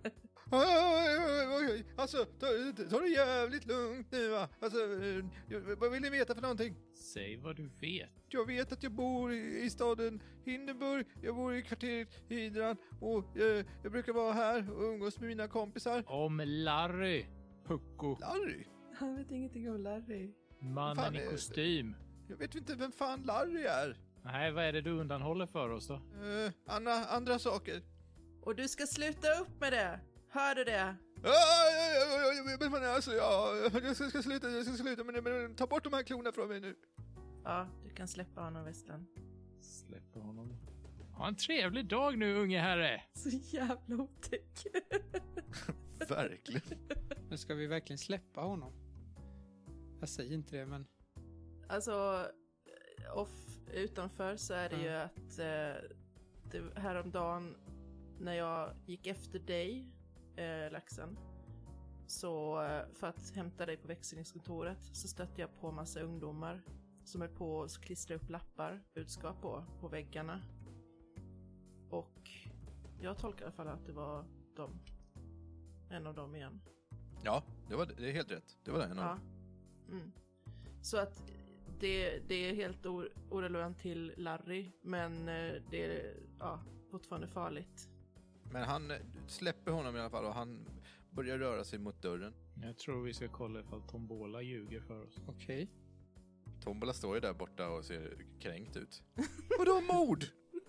Alltså, ta det jävligt lugnt nu va. Alltså, vad vill ni veta för någonting? Säg vad du vet. Jag vet att jag bor i staden Hindenburg. Jag bor i kvarteret Hydran. Och jag brukar vara här och umgås med mina kompisar. Om Larry. Pucko. Larry? Han vet ingenting om Larry. Mannen i kostym. Jag vet inte vem fan Larry är. Nej, vad är det du undanhåller för oss då? Andra saker. Och du ska sluta upp med det. Hör du det? Men alltså, jag ska sluta. Men ta bort de här klorna från mig nu. Ja, du kan släppa honom, Westland. Släpper honom. Ha en trevlig dag nu, unge herre. Så jävla otäck. Verkligen. Men ska vi verkligen släppa honom? Jag säger inte det, men... Alltså, utanför så är det ju att det häromdagen när jag gick efter dig, Laxen, så för att hämta dig på växlingskontoret så stötte jag på massa ungdomar som är på att klistra upp lappar, budskap på väggarna. Och jag tolkar i alla fall att det var dem. En av dem igen. Ja, det är helt rätt. Det var en av dem. Mm. Så att det är helt orelevant till Larry, men det är fortfarande farligt. Men han släpper honom i alla fall och han börjar röra sig mot dörren. Jag tror vi ska kolla ifall Tombola ljuger för oss. Okej. Tombola står ju där borta och ser kränkt ut. Vadå mord?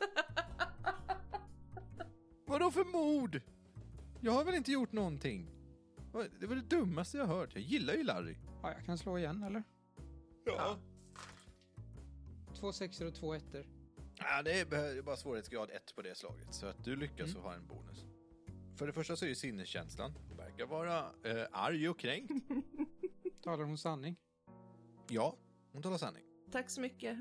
Vadå för mord? Jag har väl inte gjort någonting? Det var det dummaste jag har hört. Jag gillar ju Larry. Ja, jag kan slå igen, eller? Ja. 2 6 och 2 1. Ja, det är bara svårighetsgrad 1 på det slaget. Så att du lyckas och har en bonus. För det första så är ju sinneskänslan. Hon verkar vara arg och kränkt. Talar hon sanning? Ja, hon talar sanning. Tack så mycket.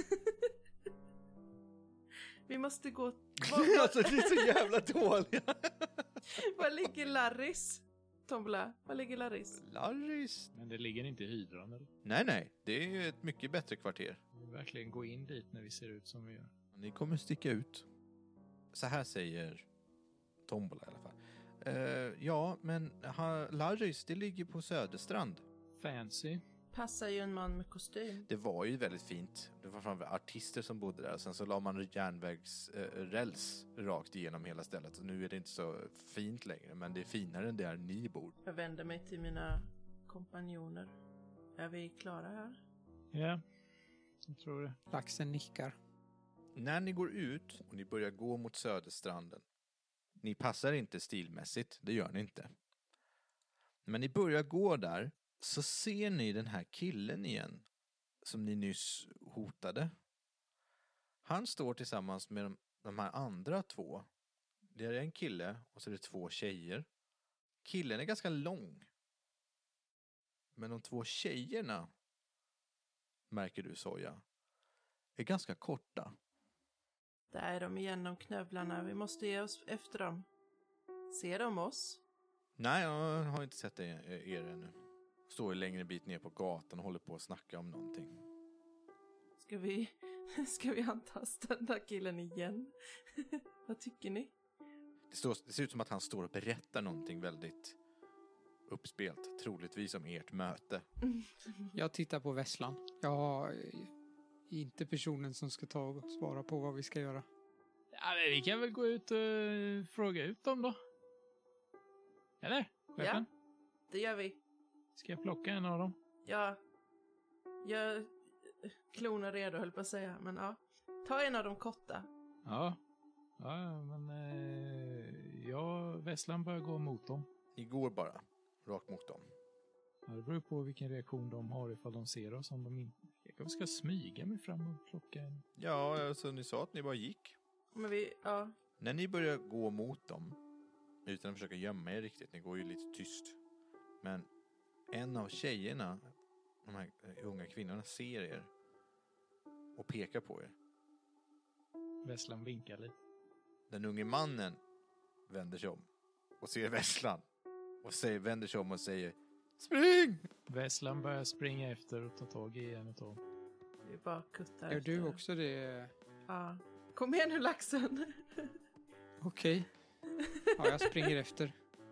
Vi måste gå... Alltså det är så jävla dåliga. Var ligger Larrys? Tombola, var ligger Larrys? Larrys? Men det ligger inte i hydran, eller? Nej. Det är ju ett mycket bättre kvarter. Vi vill verkligen gå in dit när vi ser ut som vi gör. Ni kommer sticka ut. Så här säger Tombola i alla fall. Ja, men Larrys, det ligger på Söderstrand. Fancy. Passar ju en man med kostym. Det var ju väldigt fint. Det var framför artister som bodde där. Sen så la man järnvägsräls rakt igenom hela stället. Så nu är det inte så fint längre. Men det är finare än där ni bor. Jag vänder mig till mina kompanjoner. Är vi klara här? Ja, jag tror det. Laxen nickar. När ni går ut och ni börjar gå mot Söderstranden. Ni passar inte stilmässigt. Det gör ni inte. Men ni börjar gå där. Så ser ni den här killen igen. Som ni nyss hotade. Han står tillsammans med de här andra två. Det är en kille och så är det 2 tjejer. Killen är ganska lång. Men de 2 tjejerna, märker du Soja, är ganska korta. Där är de igen, de knövlarna. Vi måste ge oss efter dem. Ser de oss? Nej, jag har inte sett er ännu. Står längre bit ner på gatan och håller på att snacka om någonting. Ska vi antasta den där killen igen? Vad tycker ni? Det ser ut som att han står och berättar någonting väldigt uppspelt. Troligtvis om ert möte. Jag tittar på Vesslan. Jag är inte personen som ska ta och svara på vad vi ska göra. Ja, men vi kan väl gå ut och fråga ut dem då. Eller? Chefen? Ja, det gör vi. Ska jag plocka en av dem? Ja, jag klonar redo höll på att säga, men ja. Ta en av de korta. Ja, men Vesslan börjar gå mot dem. Ni går bara rakt mot dem. Ja, det beror på vilken reaktion de har ifall de ser oss. Om de inte... Jag kanske ska smyga mig fram och plocka en. Ja, alltså ni sa att ni bara gick. Men ja. När ni börjar gå mot dem, utan att försöka gömma er riktigt, ni går ju lite tyst. Men en av tjejerna, de här unga kvinnorna, ser er och pekar på er. Vesslan vinkar lite. Den unge mannen vänder sig om och ser Vesslan och vänder sig om och säger: spring! Vesslan börjar springa efter och ta tag i en utav dem. Vi bara kuttar Gör efter. du också det? Ja. Kom igen nu, laxen. Okej. Ja, jag springer efter.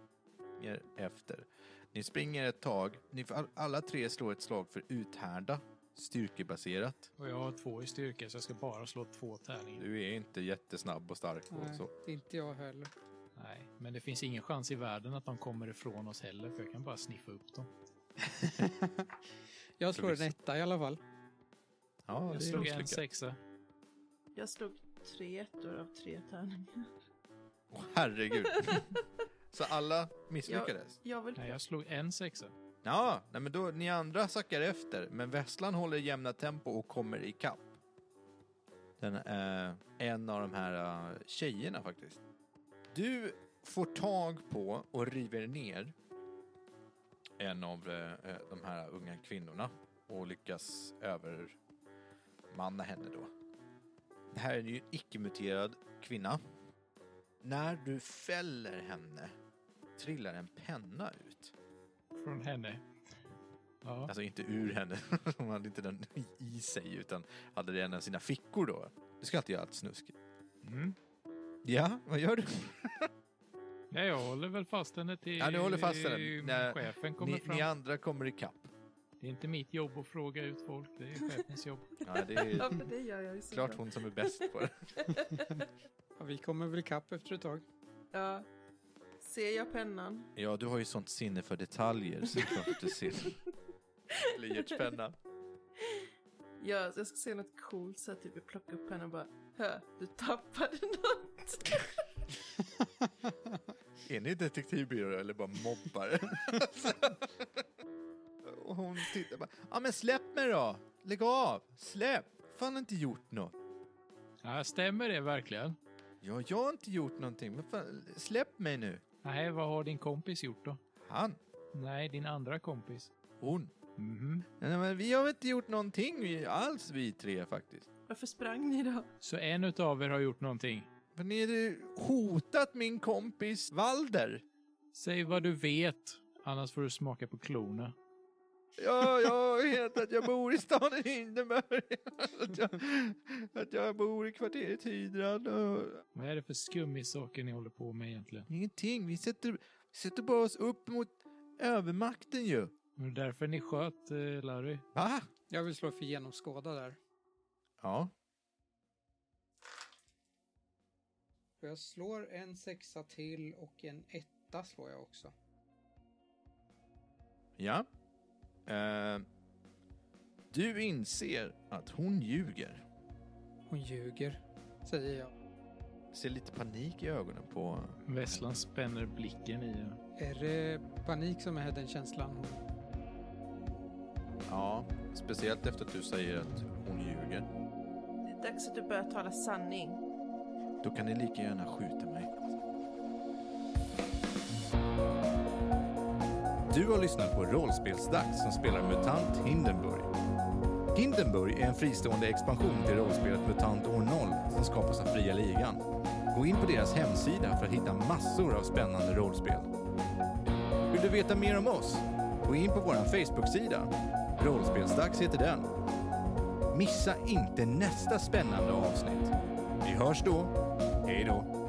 Ni springer ett tag. Ni får alla 3 slå ett slag för uthärda, styrkebaserat. Och jag har 2 i styrka så jag ska bara slå 2 tärningar. Du är inte jättesnabb och stark och Nej, så. det är inte jag heller. Nej, men det finns ingen chans i världen att de kommer ifrån oss heller, för jag kan bara sniffa upp dem. Jag slår en 1 i alla fall. Ja, Jag det är slog nog en lyckat. 6. Jag slog 3 ettor av 3 tärningar. Åh, herregud. Så alla misslyckades? Jag vill... Nej, jag slog en 6. Ja, nej, men då ni andra sackar efter. Men Vesslan håller jämna tempo och kommer i kapp. Den är en av de här tjejerna faktiskt. Du får tag på och river ner en av de här unga kvinnorna och lyckas övermanna henne då. Det här är ju en icke-muterad kvinna. När du fäller henne trillar en penna ut. Från henne. Ja. Alltså inte ur henne. Hon hade inte den i sig utan hade det i en av sina fickor då. Du ska alltid göra allt snuskigt. Mm. Ja, vad gör du? Ja, jag håller väl fast henne till Ja, du håller fast henne. chefen kommer fram. Ni andra kommer i kapp. Det är inte mitt jobb att fråga ut folk. Det är chefens jobb. Ja, det är Ja, för det gör jag ju så klart bra. hon som är bäst på det. Ja, vi kommer väl kapp efter ett tag. Ja. Ser jag pennan? Ja, du har ju sånt sinne för detaljer så klart att du ser blyertspenna. Ja, så jag ska se något coolt så att typ jag plockar upp pennan och bara du tappade något. Är ni detektivbyrå eller bara mobbar? Och hon tittar bara, ja men släpp mig då! Lägg av! Släpp! Fan, har inte gjort något. Ja, stämmer det verkligen? Ja, jag har inte gjort någonting. Men fan, släpp mig nu. Nej, vad har din kompis gjort då? Han. Nej, din andra kompis. Hon. Mhm. Nej, men vi har väl inte gjort någonting alls, vi tre faktiskt. Varför sprang ni då? Så en utav er har gjort någonting. För ni hade hotat min kompis Valder. Säg vad du vet, annars får du smaka på klorna. Ja, jag vet att jag bor i staden Hindenburg. att jag bor i kvarteret Hydran. Och... Vad är det för skummissaker ni håller på med egentligen? Ingenting, vi sätter bara oss upp mot övermakten ju. Det är därför ni sköt Larry. Va? Jag vill slå för genomskåda där. Ja. För jag slår en 6 till och en 1 slår jag också. Ja. Du inser att hon ljuger. Hon ljuger, säger jag. Ser lite panik i ögonen på... Vesslan spänner blicken i er. Är det panik som är den känslan? Ja, speciellt efter att du säger att hon ljuger. Det är dags att du börjar tala sanning. Då kan ni lika gärna skjuta mig. Du har lyssnat på Rollspelsdags som spelar MUTANT Hindenburg. Hindenburg är en fristående expansion till rollspelet MUTANT år 0 som skapas av Fria Ligan. Gå in på deras hemsida för att hitta massor av spännande rollspel. Vill du veta mer om oss? Gå in på vår Facebook-sida. Rollspelsdags heter den. Missa inte nästa spännande avsnitt. Vi hörs då. Hej då!